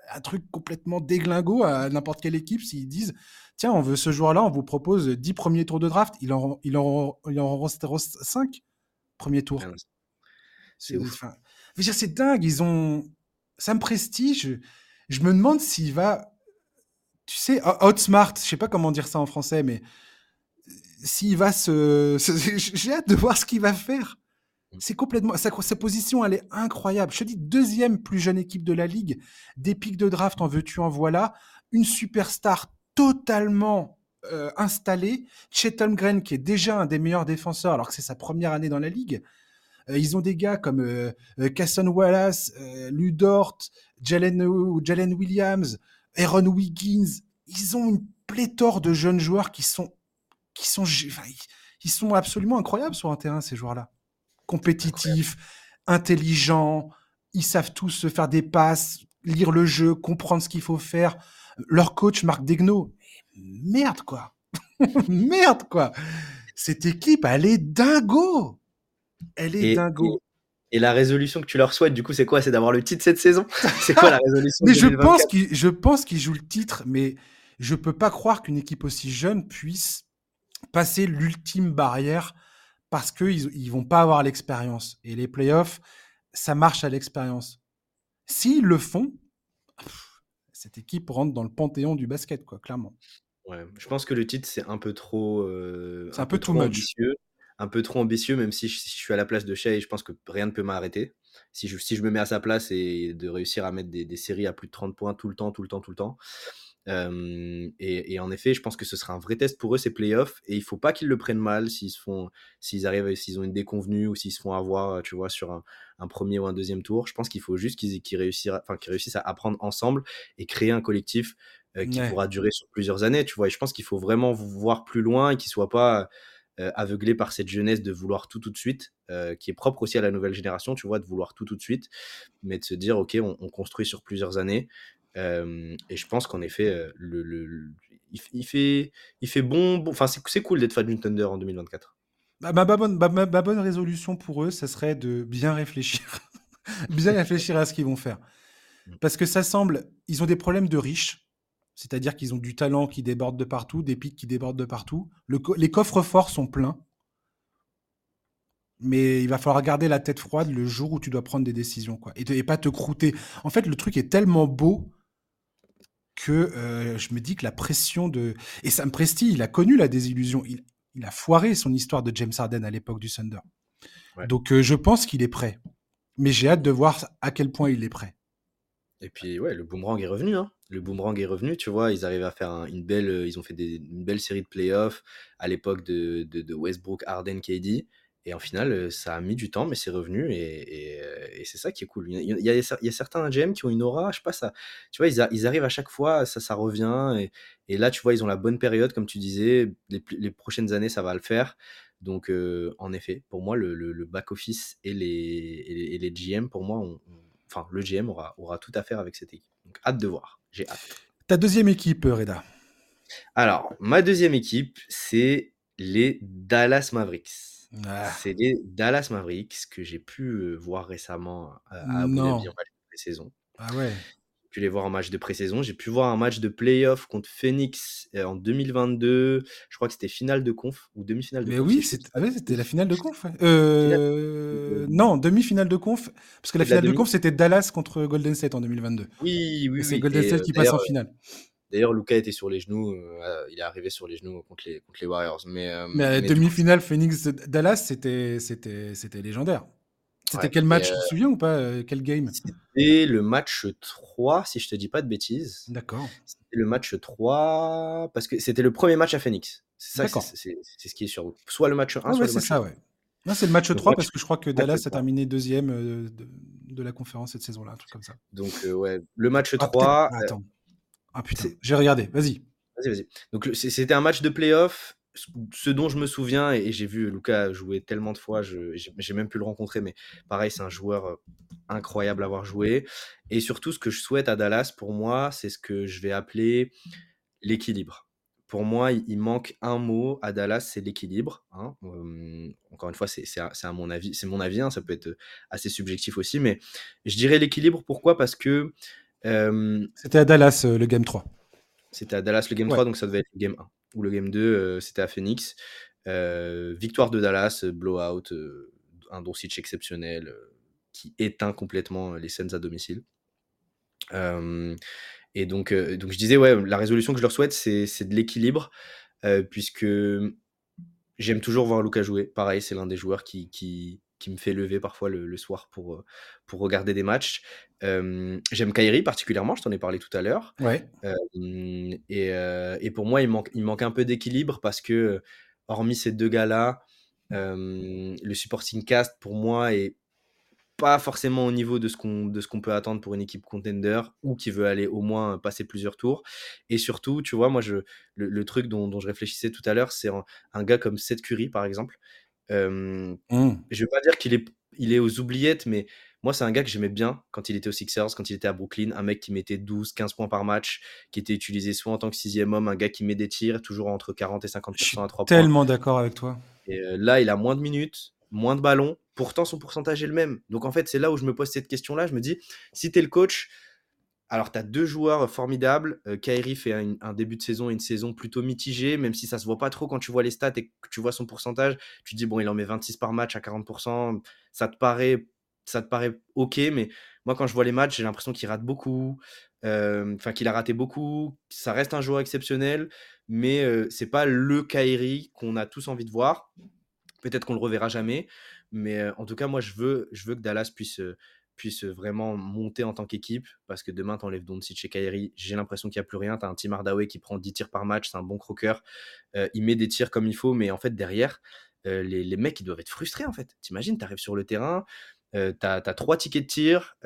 un truc complètement déglingo à n'importe quelle équipe s'ils disent tiens, on veut ce joueur-là, on vous propose 10 premiers tours de draft. Il en reste 5 premiers Ah tours. non, c'est ouf. Enfin, je veux dire, c'est dingue. Ils ont. Sam Presti, je me demande s'il va. Tu sais, outsmart, je sais pas comment dire ça en français, mais s'il va j'ai hâte de voir ce qu'il va faire. Mmh. C'est complètement. Sa position, elle est incroyable. Je te dis, deuxième plus jeune équipe de la ligue. Des pics de draft, en veux-tu, en voilà. Une superstar totalement installée. Chet Holmgren, qui est déjà un des meilleurs défenseurs, alors que c'est sa première année dans la ligue. Ils ont des gars comme Casson Wallace, Ludort, Jalen Williams, Aaron Wiggins. Ils ont une pléthore de jeunes joueurs enfin, ils sont absolument incroyables sur un terrain, ces joueurs-là. Incroyable. Compétitifs, intelligents, ils savent tous se faire des passes, lire le jeu, comprendre ce qu'il faut faire. Leur coach, Marc Degnaud, merde quoi. Merde quoi. Cette équipe, elle est dingo. Elle est Et, dingo. et, et la résolution que tu leur souhaites, du coup, c'est quoi? C'est d'avoir le titre cette saison? C'est quoi la résolution Mais je pense 2024? qu'il joue le titre, mais je peux pas croire qu'une équipe aussi jeune puisse passer l'ultime barrière parce qu'ils vont pas avoir l'expérience. Et les playoffs, ça marche à l'expérience. S'ils le font, cette équipe rentre dans le panthéon du basket, quoi, clairement. Ouais, je pense que le titre, c'est C'est un un peu peu too trop much. ambitieux. Un peu trop ambitieux, même si je suis à la place de Shai, je pense que rien ne peut m'arrêter. Si je me mets à sa place et de réussir à mettre des séries à plus de 30 points tout le temps, tout le temps, tout le temps. Et en effet, je pense que ce sera un vrai test pour eux, ces playoffs. Et il faut pas qu'ils le prennent mal s'ils ont une déconvenue ou s'ils se font avoir, tu vois, sur un premier ou un deuxième tour. Je pense qu'il faut juste qu'ils réussissent à apprendre ensemble et créer un collectif qui Ouais. pourra durer sur plusieurs années, tu vois. Et je pense qu'il faut vraiment voir plus loin et qu'ils soient pas aveuglés par cette jeunesse de vouloir tout de suite, qui est propre aussi à la nouvelle génération, tu vois, de vouloir tout de suite, mais de se dire, ok, on construit sur plusieurs années. Et je pense qu'en effet, il fait bon. Enfin, c'est cool d'être fan du Thunder en 2024. Ma bonne résolution pour eux, ça serait de bien réfléchir. Bien réfléchir à ce qu'ils vont faire. Mm. Parce que ça semble, ils ont des problèmes de riches, c'est-à-dire qu'ils ont du talent qui déborde de partout, des pics qui débordent de partout. Les coffres forts sont pleins, mais il va falloir garder la tête froide le jour où tu dois prendre des décisions, quoi, et pas te croûter. En fait, le truc est tellement beau que je me dis que la pression de... Et Sam Presti, il a connu la désillusion. Il a foiré son histoire de James Harden à l'époque du Thunder. Ouais. Donc je pense qu'il est prêt. Mais j'ai hâte de voir à quel point il est prêt. Et puis, ouais, le boomerang est revenu, hein. Le boomerang est revenu, tu vois. Ils arrivent à faire ils ont fait une belle série de playoffs à l'époque de Westbrook, Harden, KD. Et en finale, ça a mis du temps, mais c'est revenu. Et c'est ça qui est cool. Il y a certains GM qui ont une aura, je sais pas, ça. Tu vois, ils arrivent à chaque fois, ça revient. Et là, tu vois, ils ont la bonne période, comme tu disais. Les prochaines années, ça va le faire. Donc, en effet, pour moi, le back-office et les GM, pour moi, enfin, le GM aura tout à faire avec cette équipe. Donc, hâte de voir. J'ai hâte. Ta deuxième équipe, Reda. Alors, ma deuxième équipe, c'est les Dallas Mavericks. Ah, C'est les Dallas Mavericks que j'ai pu voir récemment à Abu Dhabi non. en match de pré-saison. Ah ouais. J'ai pu les voir en match de pré-saison. J'ai pu voir un match de playoff contre Phoenix en 2022. Je crois que c'était finale de conf ou demi-finale de Mais conf, oui, si je ne me trompe ah ouais, c'était la finale de conf. Ouais. pas. Non, demi-finale de conf. Parce que la C'était de la finale de demi? conf, c'était Dallas contre Golden State en 2022. Oui, oui, Et c'est oui. Golden Et State qui passe en finale. d'ailleurs, Luka était sur les genoux. Il est arrivé sur les genoux contre les Warriors. Mais la Mais du coup, demi-finale Phoenix-Dallas, c'était légendaire. C'était ouais. quel Et match? Tu te souviens ou pas? Quel game? c'était le match 3, si je te dis pas de bêtises. D'accord. C'était le match 3 parce que c'était le premier match à Phoenix. C'est ça, D'accord. c'est ce qui est sur soit le match 1, Ouais, ouais, soit le c'est match ça, 3. ouais. Non, c'est le match Donc 3 parce que je crois que match Dallas a 3. terminé deuxième de la conférence cette saison-là, un truc comme ça. Donc ouais, le match Ah, peut-être. 3, Ah, attends. Ah putain, c'est j'ai regardé. Vas-y. vas-y, vas-y. Donc c'était un match de playoff. Ce dont je me souviens, et j'ai vu Luka jouer tellement de fois, j'ai même pu le rencontrer, mais pareil, c'est un joueur incroyable à avoir joué. Et surtout, ce que je souhaite à Dallas, pour moi, c'est ce que je vais appeler l'équilibre. Pour moi, il manque un mot à Dallas, c'est l'équilibre, hein. Encore une fois, c'est à mon avis, c'est mon avis, hein, ça peut être assez subjectif aussi, mais je dirais l'équilibre. Pourquoi? Parce que Euh, C'était à Dallas, le Game 3. C'était à Dallas le Game Ouais. 3, donc ça devait être le Game 1. Ou le Game 2, c'était à Phoenix. Victoire de Dallas, blowout, un Doncic exceptionnel qui éteint complètement les Suns à domicile. Euh, donc je disais, ouais, la résolution que je leur souhaite, c'est de l'équilibre, puisque j'aime toujours voir Luka jouer. Pareil, c'est l'un des joueurs qui me fait lever parfois le soir pour regarder des matchs. J'aime Kyrie particulièrement, je t'en ai parlé tout à l'heure. Ouais. Et pour moi, il manque un peu d'équilibre parce que, hormis ces deux gars-là, le supporting cast, pour moi, est pas forcément au niveau de ce qu'on peut attendre pour une équipe contender ou qui veut aller au moins passer plusieurs tours. Et surtout, tu vois, moi, le truc dont je réfléchissais tout à l'heure, c'est un gars comme Seth Curry, par exemple. Euh, Mmh. je veux pas dire qu'il est aux oubliettes, mais moi, c'est un gars que j'aimais bien quand il était aux Sixers, quand il était à Brooklyn. Un mec qui mettait 12-15 points par match, qui était utilisé soit en tant que sixième homme, un gars qui met des tirs, toujours entre 40 et Je 50% suis à 3 points. tellement d'accord avec toi. Et là, il a moins de minutes, moins de ballons. Pourtant, son pourcentage est le même. Donc, en fait, c'est là où je me pose cette question-là. Je me dis, si tu es le coach, alors tu as deux joueurs formidables. Kyrie fait un début de saison et une saison plutôt mitigée, même si ça se voit pas trop quand tu vois les stats et que tu vois son pourcentage. Tu te dis, bon, il en met 26 par match à 40%. Ça te paraît OK, mais moi, quand je vois les matchs, j'ai l'impression qu'il rate beaucoup. Enfin, qu'il a raté beaucoup. Ça reste un joueur exceptionnel, mais c'est pas le Kyrie qu'on a tous envie de voir. Peut-être qu'on le reverra jamais, mais en tout cas, moi, je veux que Dallas puisse vraiment monter en tant qu'équipe, parce que demain, t'enlèves Doncic et Kyrie, j'ai l'impression qu'il n'y a plus rien. T'as un Tim Hardaway qui prend 10 tirs par match, c'est un bon croqueur. Il met des tirs comme il faut, mais en fait, derrière, les mecs, ils doivent être frustrés, en fait. T'imagines, t'arrives sur le terrain, t'as 3 tickets de tir,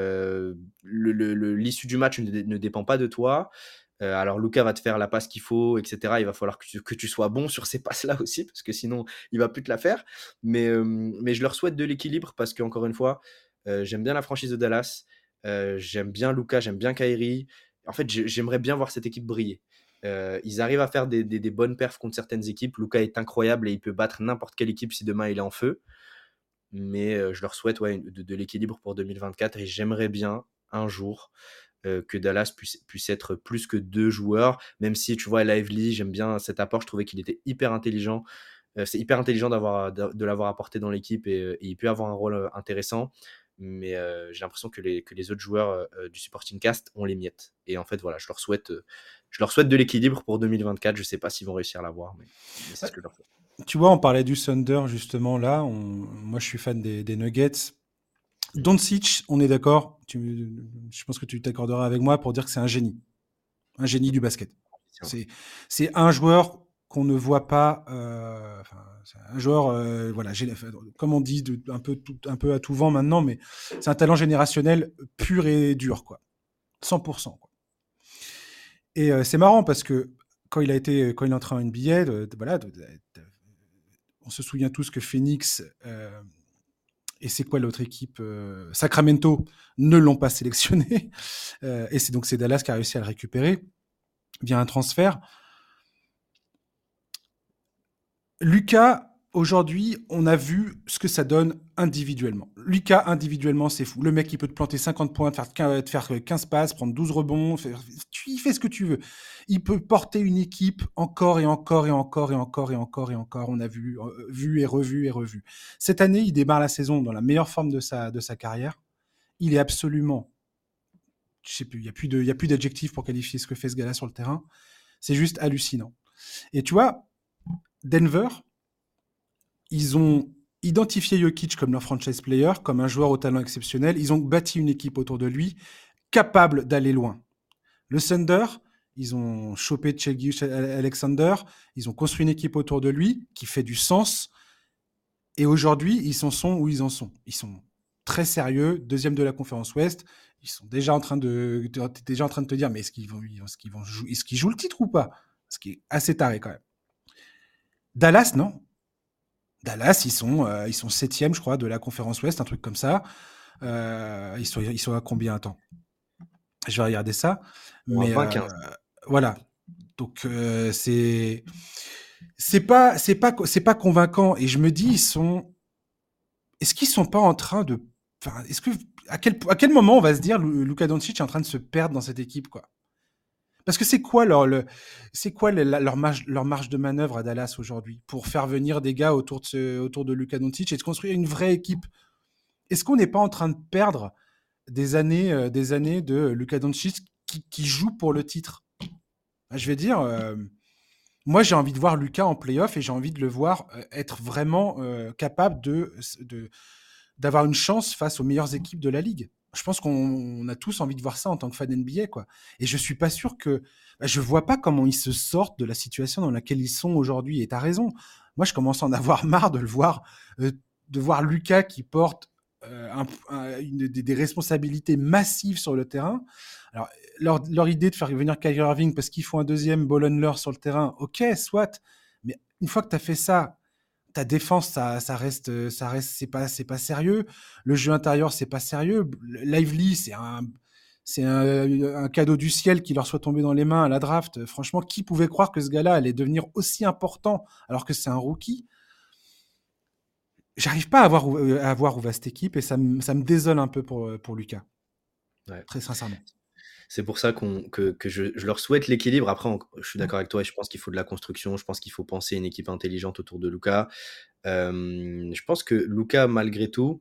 l'issue du match ne dépend pas de toi. Alors Luka va te faire la passe qu'il faut, etc. Il va falloir que tu sois bon sur ces passes-là aussi, parce que sinon, il va plus te la faire. Mais je leur souhaite de l'équilibre, parce qu'encore une fois, j'aime bien la franchise de Dallas. J'aime bien Luka, j'aime bien Kyrie. En fait, j'aimerais bien voir cette équipe briller. Ils arrivent à faire des bonnes perfs contre certaines équipes. Luka est incroyable et il peut battre n'importe quelle équipe si demain il est en feu. Mais je leur souhaite, ouais, de l'équilibre pour 2024, et j'aimerais bien un jour que Dallas puisse être plus que deux joueurs, même si tu vois Lively, j'aime bien cet apport, je trouvais qu'il était hyper intelligent. C'est hyper intelligent de l'avoir apporté dans l'équipe, et il peut avoir un rôle intéressant, mais j'ai l'impression que les autres joueurs du supporting cast ont les miettes. Et en fait, voilà, je leur souhaite de l'équilibre pour 2024. Je sais pas s'ils vont réussir à l'avoir, mais c'est Bah, ce que je leur souhaite. tu vois, on parlait du Thunder justement là. Moi, je suis fan des Nuggets. Doncic, on est d'accord. Je pense que tu t'accorderas avec moi pour dire que c'est un génie du basket. C'est, c'est un joueur qu'on ne voit pas. Enfin, c'est un joueur, voilà, comme on dit, un peu à tout vent maintenant, mais c'est un talent générationnel pur et dur, quoi. 100%. Quoi. Et c'est marrant parce que quand il est entré en NBA, voilà, on se souvient tous que Phoenix et c'est quoi l'autre équipe Sacramento ne l'ont pas sélectionné. Et c'est Dallas qui a réussi à le récupérer via un transfert. Lucas, aujourd'hui, on a vu ce que ça donne individuellement. Lucas, individuellement, c'est fou. Le mec, il peut te planter 50 points, te faire 15 passes, prendre 12 rebonds. Tu fais ce que tu veux. Il peut porter une équipe encore et encore et encore et encore et encore et encore. On a vu et revu et revu. Cette année, il démarre la saison dans la meilleure forme de sa carrière. Il est absolument, je sais plus, il y a plus d'adjectifs pour qualifier ce que fait ce gars-là sur le terrain. C'est juste hallucinant. Et tu vois, Denver, ils ont identifié Jokic comme leur franchise player, comme un joueur au talent exceptionnel. Ils ont bâti une équipe autour de lui capable d'aller loin. Le Thunder, ils ont chopé Cheggy Alexander, ils ont construit une équipe autour de lui qui fait du sens. Et aujourd'hui, ils en sont où ils en sont. Ils sont très sérieux, deuxième de la conférence Ouest. Ils sont déjà en train de te dire, mais est-ce qu'ils jouent le titre ou pas? Ce qui est assez taré quand même. Dallas, non. Dallas, ils sont septième, je crois, de la conférence Ouest, un truc comme ça. Ils sont à combien? Attends, je vais regarder ça. Bon, à Mais 20-15. voilà. Donc c'est pas convaincant. Et je me dis, est-ce qu'ils sont pas en train de enfin, à quel moment on va se dire Luka Doncic est en train de se perdre dans cette équipe, quoi? Parce que c'est quoi leur marge de manœuvre à Dallas aujourd'hui pour faire venir des gars autour de Luka Doncic et de construire une vraie équipe? Est-ce qu'on n'est pas en train de perdre des années de Luka Doncic qui joue pour le titre? Je vais dire, moi j'ai envie de voir Luka en playoff et j'ai envie de le voir être vraiment capable d'avoir une chance face aux meilleures équipes de la ligue. Je pense qu'on a tous envie de voir ça en tant que fan NBA, quoi. Et je suis pas sûr que, je vois pas comment ils se sortent de la situation dans laquelle ils sont aujourd'hui. Et t'as raison. Moi, je commence à en avoir marre de voir Lucas qui porte des responsabilités massives sur le terrain. Alors, leur idée de faire venir Kyrie Irving parce qu'il faut un deuxième ball handler sur le terrain, ok, soit. Mais une fois que tu as fait ça, ta défense, ça reste, c'est pas sérieux. Le jeu intérieur, c'est pas sérieux. Lively, c'est un cadeau du ciel qui leur soit tombé dans les mains à la draft. Franchement, qui pouvait croire que ce gars-là allait devenir aussi important alors que c'est un rookie? J'arrive pas à voir où va cette équipe et ça me désole un peu pour Lucas, Ouais. très sincèrement. C'est pour ça que je leur souhaite l'équilibre. Après, je suis d'accord avec toi et je pense qu'il faut de la construction. Je pense qu'il faut penser une équipe intelligente autour de Luka. Je pense que Luka, malgré tout,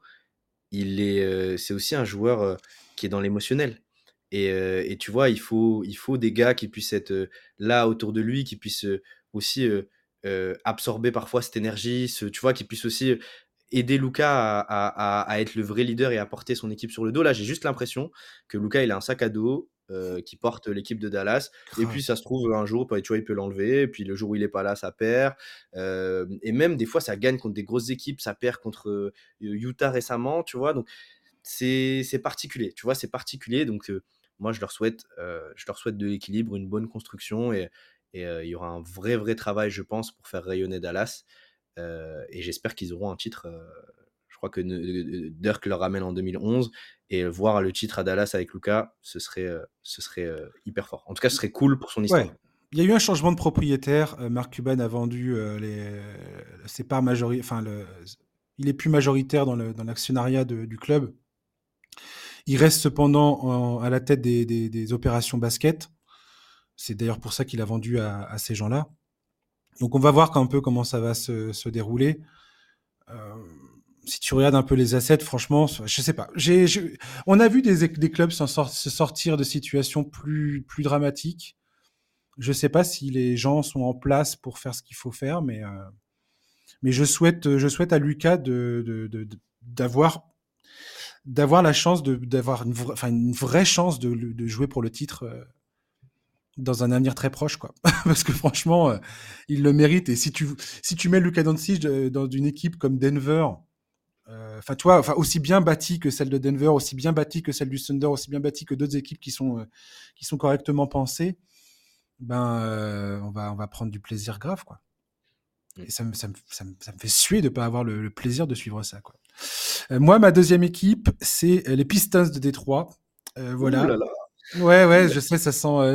c'est aussi un joueur qui est dans l'émotionnel. Et tu vois, il faut des gars qui puissent être là autour de lui, qui puissent aussi absorber parfois cette énergie, tu vois, qui puissent aussi aider Luka à être le vrai leader et à porter son équipe sur le dos. Là, j'ai juste l'impression que Luka, il a un sac à dos qui porte l'équipe de Dallas. Et puis, Grave. ça se trouve, un jour, tu vois, il peut l'enlever. Et puis, le jour où il n'est pas là, ça perd. Et même, des fois, ça gagne contre des grosses équipes. Ça perd contre Utah récemment, tu vois. Donc, c'est particulier, tu vois, c'est particulier. Donc, moi, je leur souhaite de l'équilibre, une bonne construction. Et il y aura un vrai, vrai travail, je pense, pour faire rayonner Dallas. Et j'espère qu'ils auront un titre. Je crois que Dirk leur ramène en 2011. Et voir le titre à Dallas avec Luka, ce serait hyper fort. En tout cas, ce serait cool pour son Ouais. histoire. Il y a eu un changement de propriétaire. Mark Cuban a vendu ses parts majoritaires. Enfin, il est plus majoritaire dans l'actionnariat du club. Il reste cependant à la tête des opérations basket. C'est d'ailleurs pour ça qu'il a vendu à ces gens-là. Donc on va voir un peu comment ça va se dérouler. Euh, Si tu regardes un peu les assets, franchement, je sais pas. On a vu des clubs se sortir de situations plus dramatiques. Je sais pas si les gens sont en place pour faire ce qu'il faut faire, mais je souhaite à Lucas d'avoir la chance d'avoir une vraie chance de jouer pour le titre dans un avenir très proche, quoi. Parce que franchement, il le mérite. Et si tu mets Luka Doncic dans une équipe comme Denver, enfin, tu vois, enfin, aussi bien bâtie que celle de Denver, aussi bien bâtie que celle du Thunder, aussi bien bâtie que d'autres équipes qui sont correctement pensées, ben, on va prendre du plaisir grave, quoi. Mm. Et ça me fait suer de ne pas avoir le plaisir de suivre ça, quoi. Moi, ma deuxième équipe, c'est les Pistons de Détroit. Ouh Voilà. là là, Ouais, ouh ouais, là, je sais,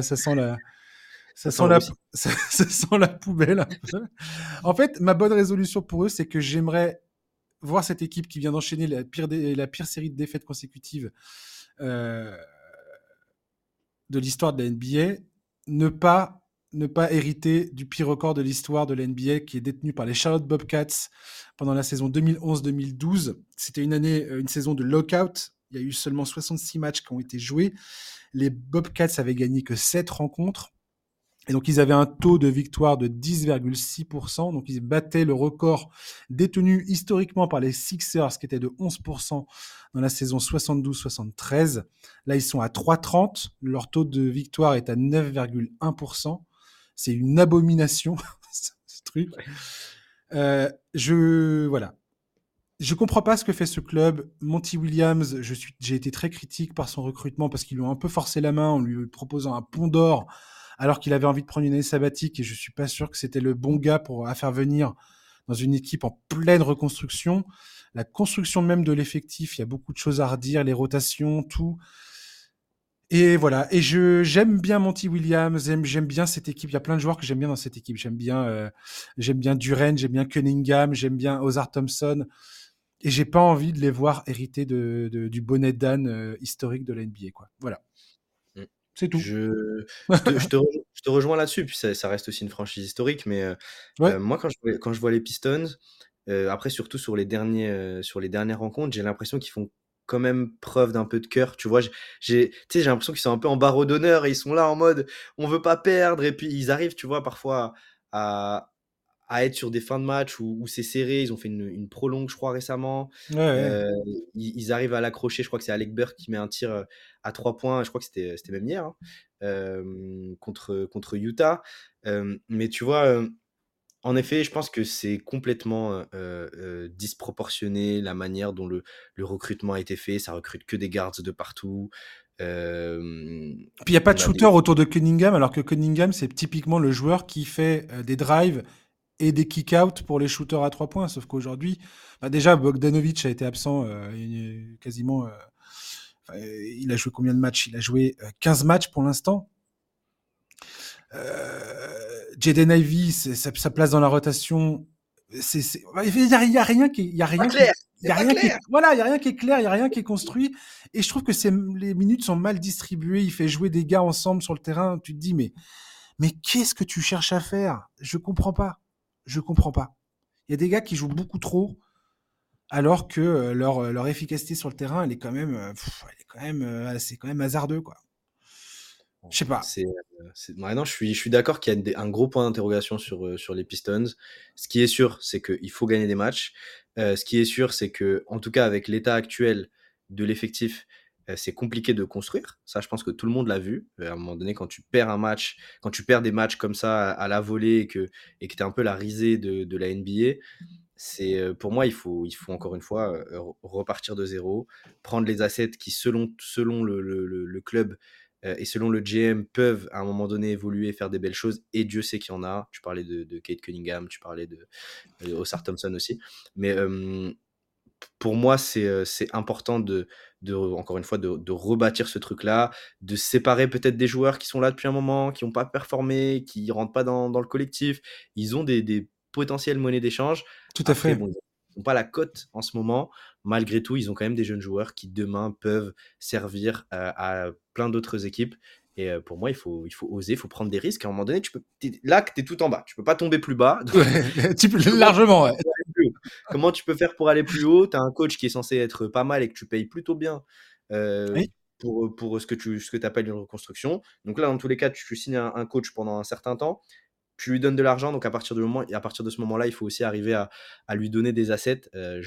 ça ça sent sent la la, Russie. ça sent la poubelle un peu. En fait, ma bonne résolution pour eux, c'est que j'aimerais voir cette équipe qui vient d'enchaîner la pire série de défaites consécutives euh, de l'histoire de la NBA, ne pas hériter du pire record de l'histoire de la NBA qui est détenu par les Charlotte Bobcats pendant la saison 2011-2012. C'était une saison de lockout. Il y a eu seulement 66 matchs qui ont été joués. Les Bobcats avaient gagné que 7 rencontres. Et donc, ils avaient un taux de victoire de 10,6%. Donc, ils battaient le record détenu historiquement par les Sixers, qui était de 11% dans la saison 72-73. Là, ils sont à 3,30. Leur taux de victoire est à 9,1%. C'est une abomination, ce truc. Voilà. Je comprends pas ce que fait ce club. Monty Williams, j'ai été très critique par son recrutement parce qu'ils lui ont un peu forcé la main en lui proposant un pont d'or alors qu'il avait envie de prendre une année sabbatique et je suis pas sûr que c'était le bon gars à faire venir dans une équipe en pleine reconstruction. La construction même de l'effectif, il y a beaucoup de choses à redire, les rotations, tout. Et voilà. Et j'aime bien Monty Williams, j'aime bien cette équipe. Il y a plein de joueurs que j'aime bien dans cette équipe. J'aime bien Duren, j'aime bien Cunningham, j'aime bien Ozar Thompson. Et j'ai pas envie de les voir hériter du bonnet d'âne historique de la NBA, quoi. Voilà, Mmh. c'est tout. Je te rejoins là-dessus, puis ça reste aussi une franchise historique, mais Ouais, moi, quand je vois les Pistons, après, surtout sur les dernières rencontres, j'ai l'impression qu'ils font quand même preuve d'un peu de cœur. Tu vois, tu sais, j'ai l'impression qu'ils sont un peu en barreau d'honneur et ils sont là en mode on veut pas perdre. Et puis ils arrivent, tu vois, parfois à, à être sur des fins de match où c'est serré. Ils ont fait une prolongue, je crois, récemment. ouais, ouais. Euh, ils arrivent à l'accrocher. Je crois que c'est Alec Burke qui met un tir à 3 points. Je crois que c'était même hier, hein, contre Utah. Mais tu vois. En effet, je pense que c'est complètement disproportionné la manière dont le recrutement a été fait. Ça recrute que des guards de partout. Euh, Puis il y a pas de on a shooter des... autour de Cunningham, alors que Cunningham, c'est typiquement le joueur qui fait des drives et des kick-out pour les shooters à 3 points. Sauf qu'aujourd'hui, bah déjà, Bogdanovic a été absent quasiment. Il a joué combien de matchs? Il a joué 15 matchs pour l'instant. Jaden Ivey, sa place dans la rotation, il y a rien qui, il y a C'est pas rien qui, clair! il y C'est a pas rien qui, clair! voilà, il y a rien qui est clair, il y a rien qui est construit. Et je trouve que les minutes sont mal distribuées. Il fait jouer des gars ensemble sur le terrain. Tu te dis, mais qu'est-ce que tu cherches à faire? Je comprends pas. Je comprends pas. Il y a des gars qui jouent beaucoup trop, alors que leur efficacité sur le terrain, elle est quand même, elle est quand même, c'est quand même hasardeux, quoi. Je sais pas. Ouais, non, je suis d'accord qu'il y a un gros point d'interrogation sur les Pistons. Ce qui est sûr, c'est qu'il faut gagner des matchs. Ce qui est sûr, c'est que, en tout cas, avec l'état actuel de l'effectif, c'est compliqué de construire. Ça, je pense que tout le monde l'a vu. À un moment donné, quand tu perds un match, quand tu perds des matchs comme ça à la volée et que tu es un peu la risée de la NBA, pour moi, il faut encore une fois repartir de zéro, prendre les assets qui, selon le club et selon le GM, peuvent à un moment donné évoluer, faire des belles choses. Et Dieu sait qu'il y en a. Tu parlais de Kate Cunningham, tu parlais de Osar Thompson aussi. Mais pour moi, c'est important encore une fois, de rebâtir ce truc-là, de séparer peut-être des joueurs qui sont là depuis un moment, qui n'ont pas performé, qui ne rentrent pas dans le collectif. Ils ont des potentielles monnaies d'échange. Tout à Après, fait. bon, ils n'ont pas la cote en ce moment. Malgré tout, ils ont quand même des jeunes joueurs qui demain peuvent servir à plein d'autres équipes. Et pour moi, il faut oser, il faut prendre des risques. À un moment donné, là, tu es tout en bas. Tu ne peux pas tomber plus bas. Donc, Ouais, comment tu peux largement, faire ouais. pour aller plus haut? Comment tu peux faire pour aller plus haut? Tu as un coach qui est censé être pas mal et que tu payes plutôt bien Oui, pour ce que appelles une reconstruction. Donc là, dans tous les cas, tu signes un coach pendant un certain temps, tu lui donnes de l'argent, donc à partir de ce moment-là, il faut aussi arriver à lui donner des assets.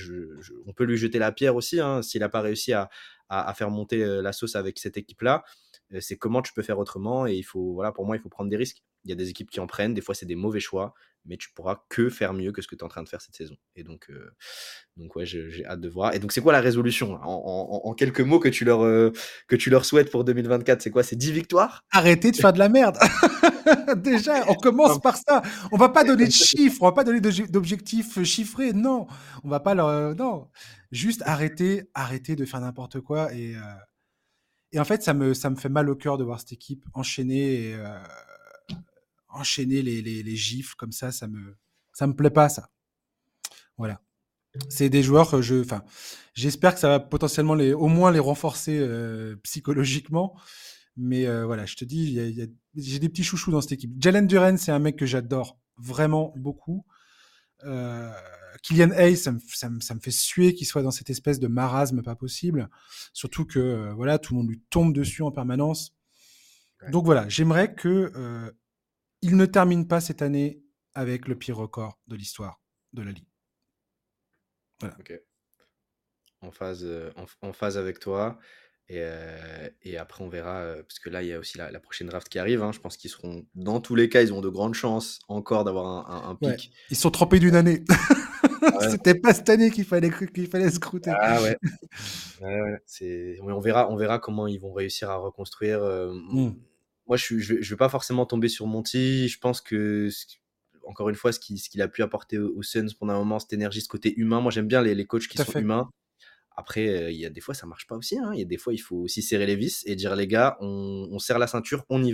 On peut lui jeter la pierre aussi, hein, s'il n'a pas réussi à faire monter la sauce avec cette équipe-là. C'est comment tu peux faire autrement et voilà, pour moi, il faut prendre des risques. Il y a des équipes qui en prennent, des fois c'est des mauvais choix, mais tu pourras que faire mieux que ce que tu es en train de faire cette saison. Et donc ouais, j'ai hâte de voir. Et donc c'est quoi la résolution en quelques mots que tu leur souhaites pour 2024? C'est quoi? C'est 10 victoires? arrêtez de faire de la merde. Déjà, on commence par ça. On va pas donner de chiffres, on va pas donner d'objectifs chiffrés. Non, on va pas leur, non. Juste arrêter de faire n'importe quoi. Et en fait, ça me fait mal au cœur de voir cette équipe enchaîner les gifles comme ça me plaît pas, ça. Voilà. C'est des joueurs que enfin, j'espère que ça va potentiellement au moins les renforcer psychologiquement. Mais voilà, je te dis, j'ai des petits chouchous dans cette équipe. Jalen Duren, c'est un mec que j'adore vraiment beaucoup. Euh, Kylian Hayes, ça me fait suer qu'il soit dans cette espèce de marasme pas possible. Surtout que voilà, tout le monde lui tombe dessus en permanence. Ouais, Donc voilà, j'aimerais que il ne termine pas cette année avec le pire record de l'histoire de la ligue. Voilà. ok. En phase avec toi. Et après, on verra, parce que là, il y a aussi la prochaine draft qui arrive, hein. Je pense qu'ils seront, dans tous les cas, ils ont de grandes chances encore d'avoir un Ouais. pic. Ils sont trempés d'une année. Ouais. C'était pas cette année qu'il fallait scruter. Ah ouais, ouais, ouais. Ouais, on verra comment ils vont réussir à reconstruire. Mm, Moi, je vais pas forcément tomber sur Monty. Je pense que, encore une fois, ce qu'il a pu apporter aux Suns pendant un moment, cette énergie, ce côté humain. Moi, j'aime bien les coachs qui tout à sont fait. humains. Après, il y a des fois, ça marche pas aussi, hein. Il y a des fois, il faut aussi serrer les vis et dire, les gars, on serre la ceinture, on y va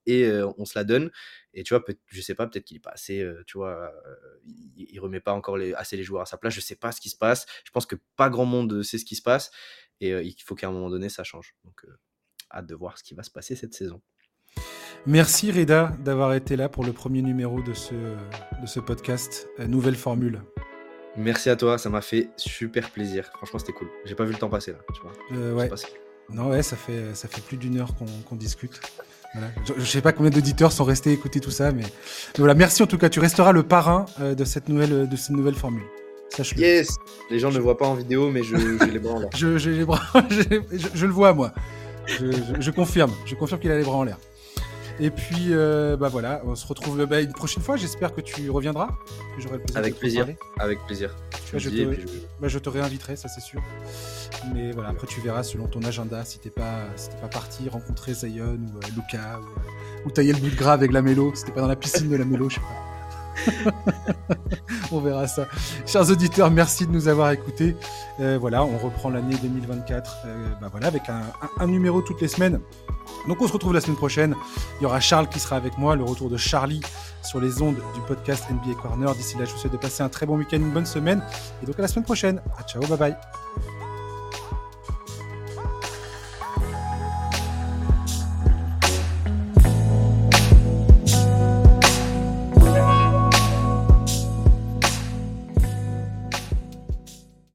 et on se la donne. Et tu vois, je sais pas, peut-être qu'il est pas assez, tu vois, il remet pas encore assez les joueurs à sa place. Je sais pas ce qui se passe. Je pense que pas grand monde sait ce qui se passe et il faut qu'à un moment donné, ça change. Donc, hâte de voir ce qui va se passer cette saison. Merci Reda d'avoir été là pour le premier numéro de ce podcast, Nouvelle Formule. Merci à toi, ça m'a fait super plaisir. Franchement, c'était cool. J'ai pas vu le temps passer là, tu vois. Ouais. Non, ouais, ça fait plus d'1 heure qu'on discute. Voilà. Je sais pas combien d'auditeurs sont restés écouter tout ça, mais voilà. Merci en tout cas. Tu resteras le parrain de cette nouvelle formule. Sache-le. Yes. Les gens ne voient pas en vidéo, mais j'ai les bras en l'air. J'ai les bras, je le vois moi. Je confirme. Je confirme qu'il a les bras en l'air. Et puis, voilà, on se retrouve une prochaine fois. J'espère que tu reviendras. Que j'aurai le plaisir Avec de te plaisir. parler. Avec plaisir. Je te réinviterai, ça c'est sûr. Mais voilà, après tu verras selon ton agenda si t'es pas parti rencontrer Zion ou Luca ou tailler le bout de gras avec la mélo. Si t'es pas dans la piscine de la mélo, je sais pas. On verra ça. Chers auditeurs, merci de nous avoir écoutés. Voilà, on reprend l'année 2024 voilà, avec un numéro toutes les semaines. Donc on se retrouve la semaine prochaine. Il y aura Charles qui sera avec moi, le retour de Charlie sur les ondes du podcast NBA Corner. D'ici là, je vous souhaite de passer un très bon week-end, une bonne semaine. Et donc à la semaine prochaine. Ciao, bye bye.